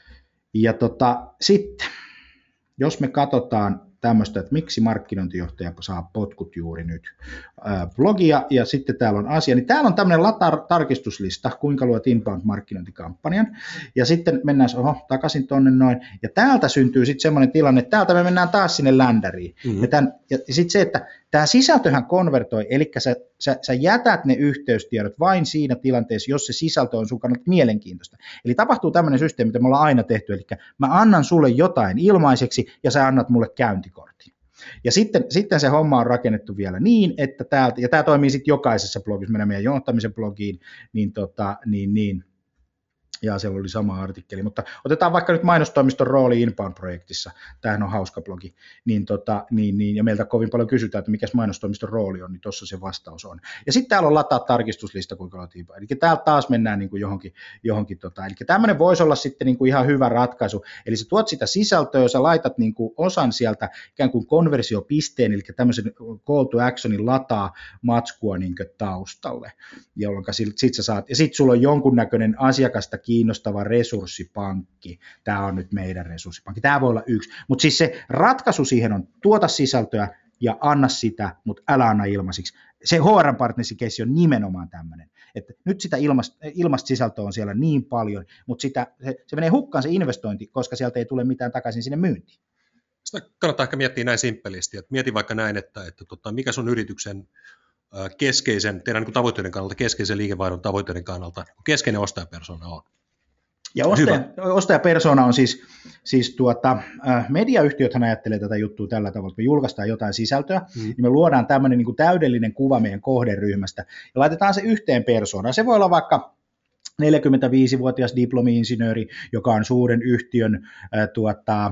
Ja tota, sitten, jos me katsotaan tämmöistä, että miksi markkinointijohtaja saa potkut juuri nyt ää, blogia, ja sitten täällä on asia, niin täällä on tämmöinen latar- tarkistuslista, kuinka luot inbound-markkinointikampanjan, ja sitten mennään oho, takaisin tonne noin, ja täältä syntyy sitten semmoinen tilanne, että täältä me mennään taas sinne ländäriin, mm-hmm. ja, tämän, ja sitten se, että tämä sisältöhän konvertoi, eli sä, sä, sä jätät ne yhteystiedot vain siinä tilanteessa, jos se sisältö on sun kannalta mielenkiintoista. Eli tapahtuu tämmöinen systeemi, mitä me ollaan aina tehty, eli mä annan sulle jotain ilmaiseksi, ja sä annat mulle käyntikortin. Ja sitten, sitten se homma on rakennettu vielä niin, että täältä, ja tämä toimii sitten jokaisessa blogissa, mennään meidän johtamisen blogiin, niin, tota, niin, niin ja siellä oli sama artikkeli, mutta otetaan vaikka nyt mainostoimiston rooli Inbound-projektissa, tämähän on hauska blogi, niin, tota, niin, niin, ja meiltä kovin paljon kysytään, että mikä mainostoimiston rooli on, niin tuossa se vastaus on. Ja sitten täällä on lataa tarkistuslista, kuinka olet Inbound, eli täällä taas mennään niin kuin johonkin, johonkin tota, eli tämmöinen voisi olla sitten niin kuin ihan hyvä ratkaisu, eli sä tuot sitä sisältöä, sä laitat niin kuin osan sieltä ikään kuin konversiopisteen, eli tämmöisen call to actionin lataa matskua niin kuin taustalle, jolloin sit, sit sä saat, ja sitten sulla on jonkunnäköinen asiakasta kiinnostava resurssipankki. Tämä on nyt meidän resurssipankki. Tämä voi olla yksi. Mutta siis se ratkaisu siihen on tuota sisältöä ja anna sitä, mutta älä anna ilmaisiksi. Se H R Partnersin keissi on nimenomaan tämmöinen. Että nyt sitä ilmasta, ilmasta sisältöä on siellä niin paljon, mutta sitä, se, se menee hukkaan se investointi, koska sieltä ei tule mitään takaisin sinne myyntiin.
Sitä kannattaa ehkä miettiä näin simppelisti. Että mieti vaikka näin, että, että tota, mikä sun yrityksen keskeisen, teidän niin tavoitteiden kannalta, keskeisen liikevaihdon tavoitteiden kannalta, keskeinen ostajapersona on.
Ja ostaja, ostajapersona on siis, siis tuota, mediayhtiöthän ajattelee tätä juttua tällä tavalla, että me julkaistaan jotain sisältöä, mm. niin me luodaan tämmöinen niin kuin täydellinen kuva meidän kohderyhmästä, ja laitetaan se yhteen persoonaan. Se voi olla vaikka neljäkymmentäviisivuotias diplomi-insinööri, joka on suuren yhtiön ää, tuota,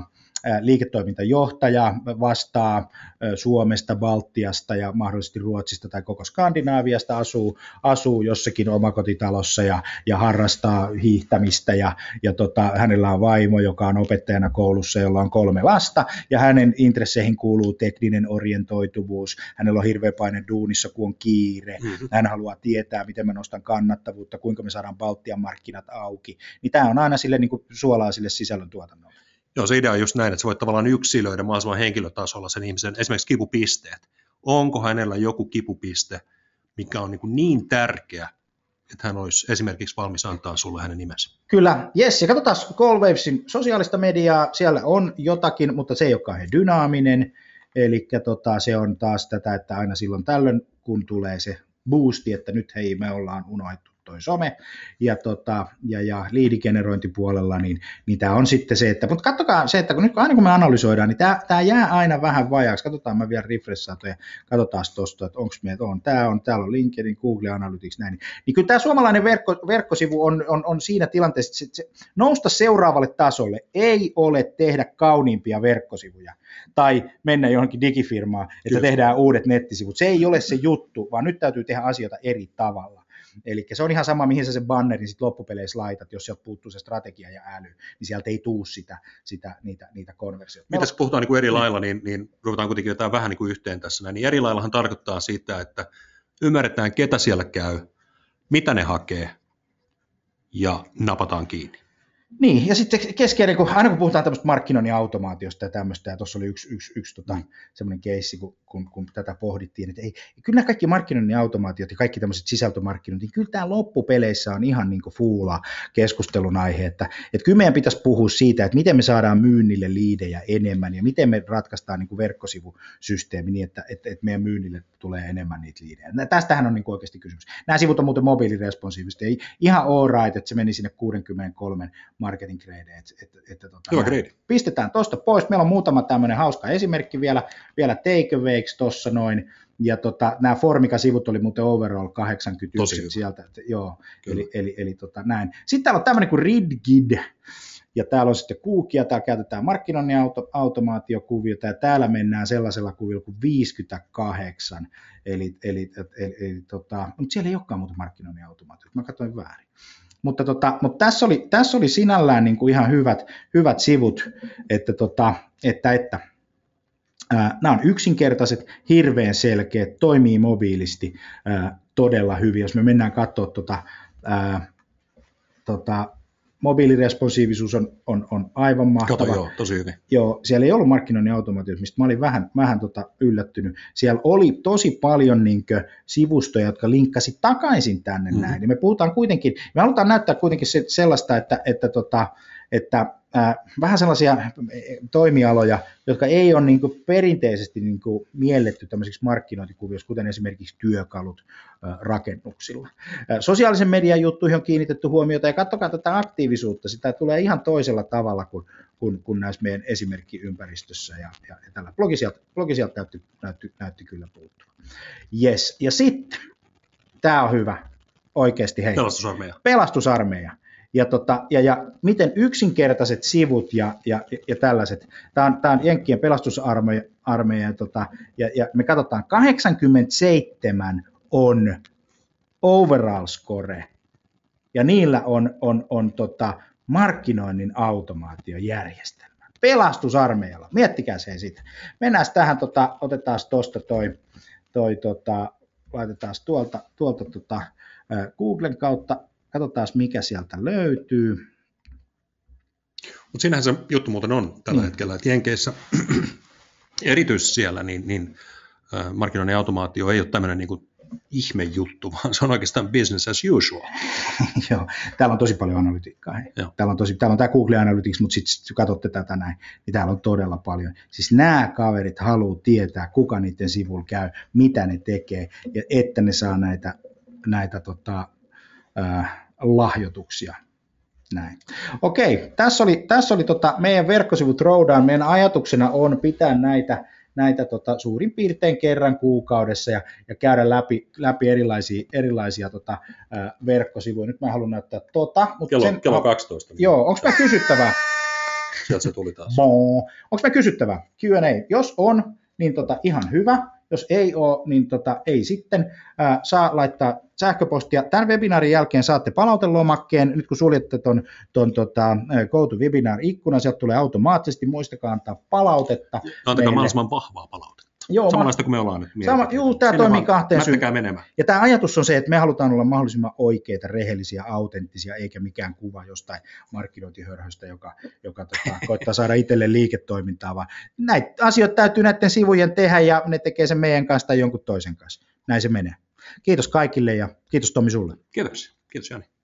liiketoimintajohtaja vastaa Suomesta, Baltiasta ja mahdollisesti Ruotsista tai koko Skandinaaviasta, asuu, asuu jossakin omakotitalossa ja, ja harrastaa hiihtämistä ja, ja tota, hänellä on vaimo, joka on opettajana koulussa, jolla on kolme lasta ja hänen intresseihin kuuluu tekninen orientoituvuus, hänellä on hirveä paine duunissa, kun on kiire, mm-hmm. hän haluaa tietää, miten mä nostan kannattavuutta, kuinka me saadaan Baltian markkinat auki, niin tämä on aina sille niin kuin suolaa sille sisällöntuotannolle.
Joo, se idea on just näin, että sä voit tavallaan yksilöidä mahdollisimman henkilötasolla sen ihmisen, esimerkiksi kipupisteet. Onko hänellä joku kipupiste, mikä on niin, kuin niin tärkeä, että hän olisi esimerkiksi valmis antaa sulle hänen nimensä?
Kyllä, jes, ja katsotaan Callwavesin sosiaalista mediaa, siellä on jotakin, mutta se ei ole kauhean dynaaminen, eli tota, se on taas tätä, että aina silloin tällöin, kun tulee se boosti, että nyt hei, me ollaan unohdettu toi some, ja, tota, ja, ja liidigenerointipuolella, niin, niin tämä on sitten se, että, mutta katsokaa se, että kun nyt aina kun me analysoidaan, niin tämä, tämä jää aina vähän vajaaksi, katsotaan mä vielä refreshaan ja katsotaan tuosta, että onko meitä on, tämä on, täällä on LinkedIn, Google Analytics, näin, niin, niin kyllä tämä suomalainen verkko, verkkosivu on, on, on siinä tilanteessa, että se, se, nousta seuraavalle tasolle ei ole tehdä kauniimpia verkkosivuja, tai mennä johonkin digifirmaan, että kyllä. Tehdään uudet nettisivut, se ei ole se juttu, vaan nyt täytyy tehdä asioita eri tavalla. Eli se on ihan sama, mihin sä sen bannerin sit loppupeleissä laitat, jos sieltä puuttuu se strategia ja äly, niin sieltä ei tule sitä, sitä, niitä, niitä konversioita.
Mitä kun puhutaan niin kuin eri lailla, niin, niin ruvetaan kuitenkin jotain vähän niin kuin yhteen tässä. Näin. Niin eri laillahan tarkoittaa sitä, että ymmärretään, ketä siellä käy, mitä ne hakee, ja napataan kiinni.
Niin, ja sitten keskeinen, kun aina kun puhutaan tämmöistä markkinoinnin automaatiosta ja tämmöistä, ja tuossa oli yksi, yksi, yksi tota, semmoinen keissi, kun, kun, kun tätä pohdittiin, että ei, kyllä nämä kaikki markkinoinnin automaatiot ja kaikki tämmöiset sisältömarkkinointi, niin kyllä tämä loppupeleissä on ihan niin kuin fuula keskustelun aihe, että, että kyllä meidän pitäisi puhua siitä, että miten me saadaan myynnille liidejä enemmän, ja miten me ratkaistaan niin kuin verkkosivusysteemi niin, että, että, että meidän myynnille tulee enemmän niitä liidejä. Tästähän on niin kuin oikeasti kysymys. Nämä sivut on muuten mobiiliresponsiivisesti, ei ihan all right, että se meni sinne kuusikymmentäkolme marketing grade, että, että, että tota, pistetään tuosta pois. Meillä on muutama tämmöinen hauska esimerkki vielä, vielä takeawayksi tuossa noin, ja tota, nämä Formica-sivut oli muuten overall kahdeksankymmentäyksi sieltä, että, joo, Kyllä. eli, eli, eli tota, näin. Sitten täällä on tämmöinen kuin RidGid, ja täällä on sitten Cookia, täällä käytetään markkinoinnin auto, automaatiokuviota, ja täällä mennään sellaisella kuvilla kuin viisikymmentäkahdeksan, eli, eli, eli, eli tota, mutta siellä ei olekaan muuta markkinoinnin automaatiota, mä katsoin väärin. Mutta, tota, mutta tässä, oli, tässä oli sinällään niin kuin ihan hyvät, hyvät sivut, että, tota, että, että ää, nämä on yksinkertaiset, hirveän selkeät, toimii mobiilisti ää, todella hyvin. Jos me mennään katsoa tota, ää, tota, mobiiliresponsiivisuus on, on, on aivan mahtava.
Kato, joo, tosi hyvin.
Joo, siellä ei ollut markkinoinnin automaatiota, mistä mä olin vähän, vähän tota yllättynyt. Siellä oli tosi paljon niinkö sivustoja, jotka linkkasi takaisin tänne mm-hmm. näin. Ja me puhutaan kuitenkin, me halutaan näyttää kuitenkin se, sellaista, että, että, tota, että äh, vähän sellaisia toimialoja, jotka ei ole niin kuin perinteisesti niin kuin mielletty tämmöisiksi markkinointikuvioissa, kuten esimerkiksi työkalut äh, rakennuksilla. Äh, sosiaalisen median juttuihin on kiinnitetty huomiota, ja katsokaa tätä aktiivisuutta, sitä tulee ihan toisella tavalla kuin, kuin, kuin näissä meidän esimerkkiympäristössä, ja, ja, ja tällä blogi sieltä, blogi sieltä näytti, näytti, näytti kyllä puuttua. Yes. Ja sitten, tämä on hyvä, oikeasti hei.
Pelastusarmeija.
Pelastusarmeija. Ja, tota, ja, ja miten yksinkertaiset sivut ja, ja, ja tällaiset, tämä on, tämä on Jenkkien pelastusarmeija, armeija, tota, ja, ja me katsotaan, kahdeksankymmentäseitsemän on overall score, ja niillä on, on, on tota, markkinoinnin automaatiojärjestelmä. Pelastusarmeijalla, miettikää se sitä. Mennään tähän, tota, otetaan tuosta toi, toi tota, laitetaan tuolta, tuolta tota, Googlen kautta, katsotaan, mikä sieltä löytyy.
Mutta siinähän se juttu muuten on tällä mm. hetkellä, että Jenkeissä, erityisesti siellä, niin, niin äh, markkinoinnin automaatio ei ole tämmöinen niin kuin ihmejuttu, vaan se on oikeastaan business as usual.
Joo, täällä on tosi paljon analytiikkaa. Täällä on, tosi, täällä on tämä Google Analytics, mutta sitten katsotte tätä näin, niin täällä on todella paljon. Siis nämä kaverit haluaa tietää, kuka niiden sivulla käy, mitä ne tekee, ja että ne saa näitä, näitä tota, äh, lahjoituksia. Näin. Okei, tässä oli, tässä oli tota meidän verkkosivut Throwdown. Meidän ajatuksena on pitää näitä, näitä tota suurin piirtein kerran kuukaudessa ja, ja käydä läpi, läpi erilaisia, erilaisia tota, ää, verkkosivuja. Nyt mä haluan näyttää tota.
Kello, sen, kello kaksitoista.
Joo, onko mä kysyttävää?
Sieltä se tuli taas.
Onko me kysyttävää? Q and A. Jos on, niin tota, ihan hyvä. Jos ei ole, niin tota, ei sitten. Ää, saa laittaa sähköpostia. Tämän webinaarin jälkeen saatte palautelomakkeen. Nyt kun suljette ton, ton tota, Go to Webinar-ikkunan, sieltä tulee automaattisesti. Muistakaa antaa palautetta.
Antakaa mahdollisimman vahvaa palautetta.
Joo,
samanlaista kuin me ollaan nyt mietitty.
Joo, tämä toimii kahteen
syyyn. Menemään.
Ja tämä ajatus on se, että me halutaan olla mahdollisimman oikeita, rehellisiä, autenttisia, eikä mikään kuva jostain markkinointihörhöstä, joka, joka tota, koittaa saada itselleen liiketoimintaa, vaan näitä asioita täytyy näiden sivujen tehdä, ja ne tekee sen meidän kanssa tai jonkun toisen kanssa. Näin se menee. Kiitos kaikille, ja kiitos Tomi sulle.
Kiitoksia. Kiitos Jani.